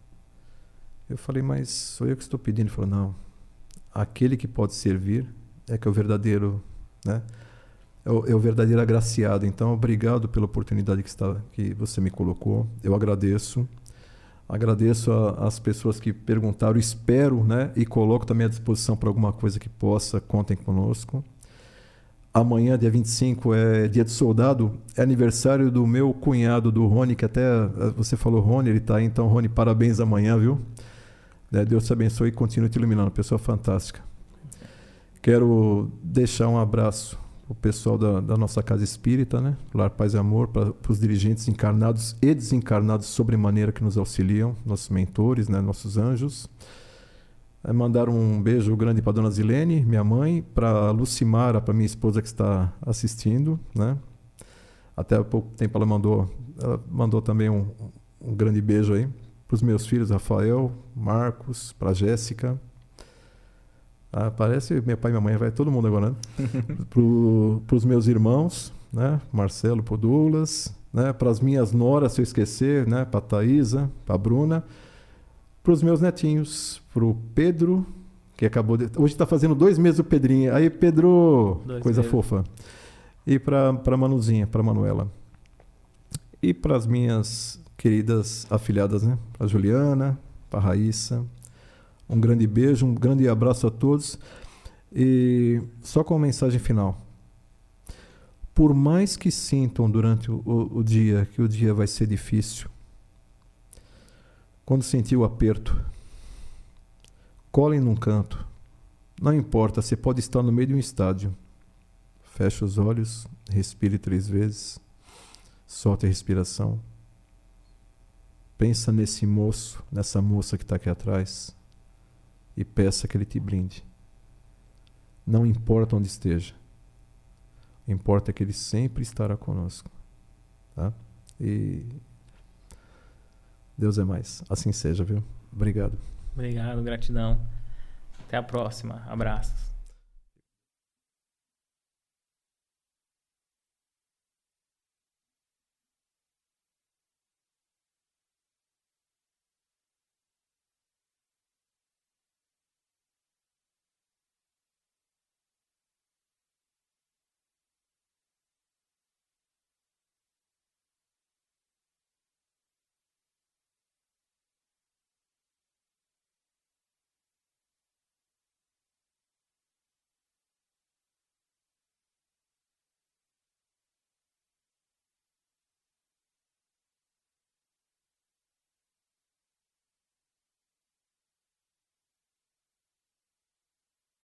Eu falei, mas sou eu que estou pedindo? Ele falou, não, aquele que pode servir é que é o verdadeiro, né? É o, é o verdadeiro agraciado. Então, obrigado pela oportunidade que, está, que você me colocou. Eu agradeço. Agradeço às pessoas que perguntaram, espero, né? E coloco também à disposição para alguma coisa que possa, contem conosco. Amanhã, dia vinte e cinco, é dia de soldado, é aniversário do meu cunhado, do Rony, que até você falou, Rony, ele está aí, então, Rony, parabéns amanhã, viu? Deus te abençoe e continue te iluminando, pessoa fantástica. Quero deixar um abraço para o pessoal da, da nossa Casa Espírita, né? Lar Paz e Amor, para os dirigentes encarnados e desencarnados sobremaneira que nos auxiliam, nossos mentores, né? Nossos anjos. É mandar um beijo grande para a dona Zilene, minha mãe, para a Lucimara, para minha esposa que está assistindo, né? Até há pouco tempo ela mandou, ela mandou também um, um grande beijo aí para os meus filhos, Rafael, Marcos, para a Jéssica. Ah, parece meu pai e minha mãe, vai todo mundo agora, né? Para os meus irmãos, né? Marcelo, para o Douglas, né? Para as minhas noras, se eu esquecer, né? Para a Thaisa, para a Bruna. Para os meus netinhos, para o Pedro, que acabou de... Hoje está fazendo dois meses o Pedrinho. Aí, Pedro, dois coisa meses. Fofa. E para a Manuzinha, para a Manuela. E para as minhas queridas afilhadas, né? Para a Juliana, para a Raíssa. Um grande beijo, um grande abraço a todos. E só com uma mensagem final. Por mais que sintam durante o, o, o dia que o dia vai ser difícil, quando sentir o aperto, colhem num canto. Não importa, você pode estar no meio de um estádio. Feche os olhos, respire três vezes, solte a respiração. Pensa nesse moço, nessa moça que está aqui atrás e peça que ele te brinde. Não importa onde esteja. Importa que ele sempre estará conosco. Tá? E Deus é mais. Assim seja, viu? Obrigado. Obrigado, gratidão. Até a próxima. Abraços.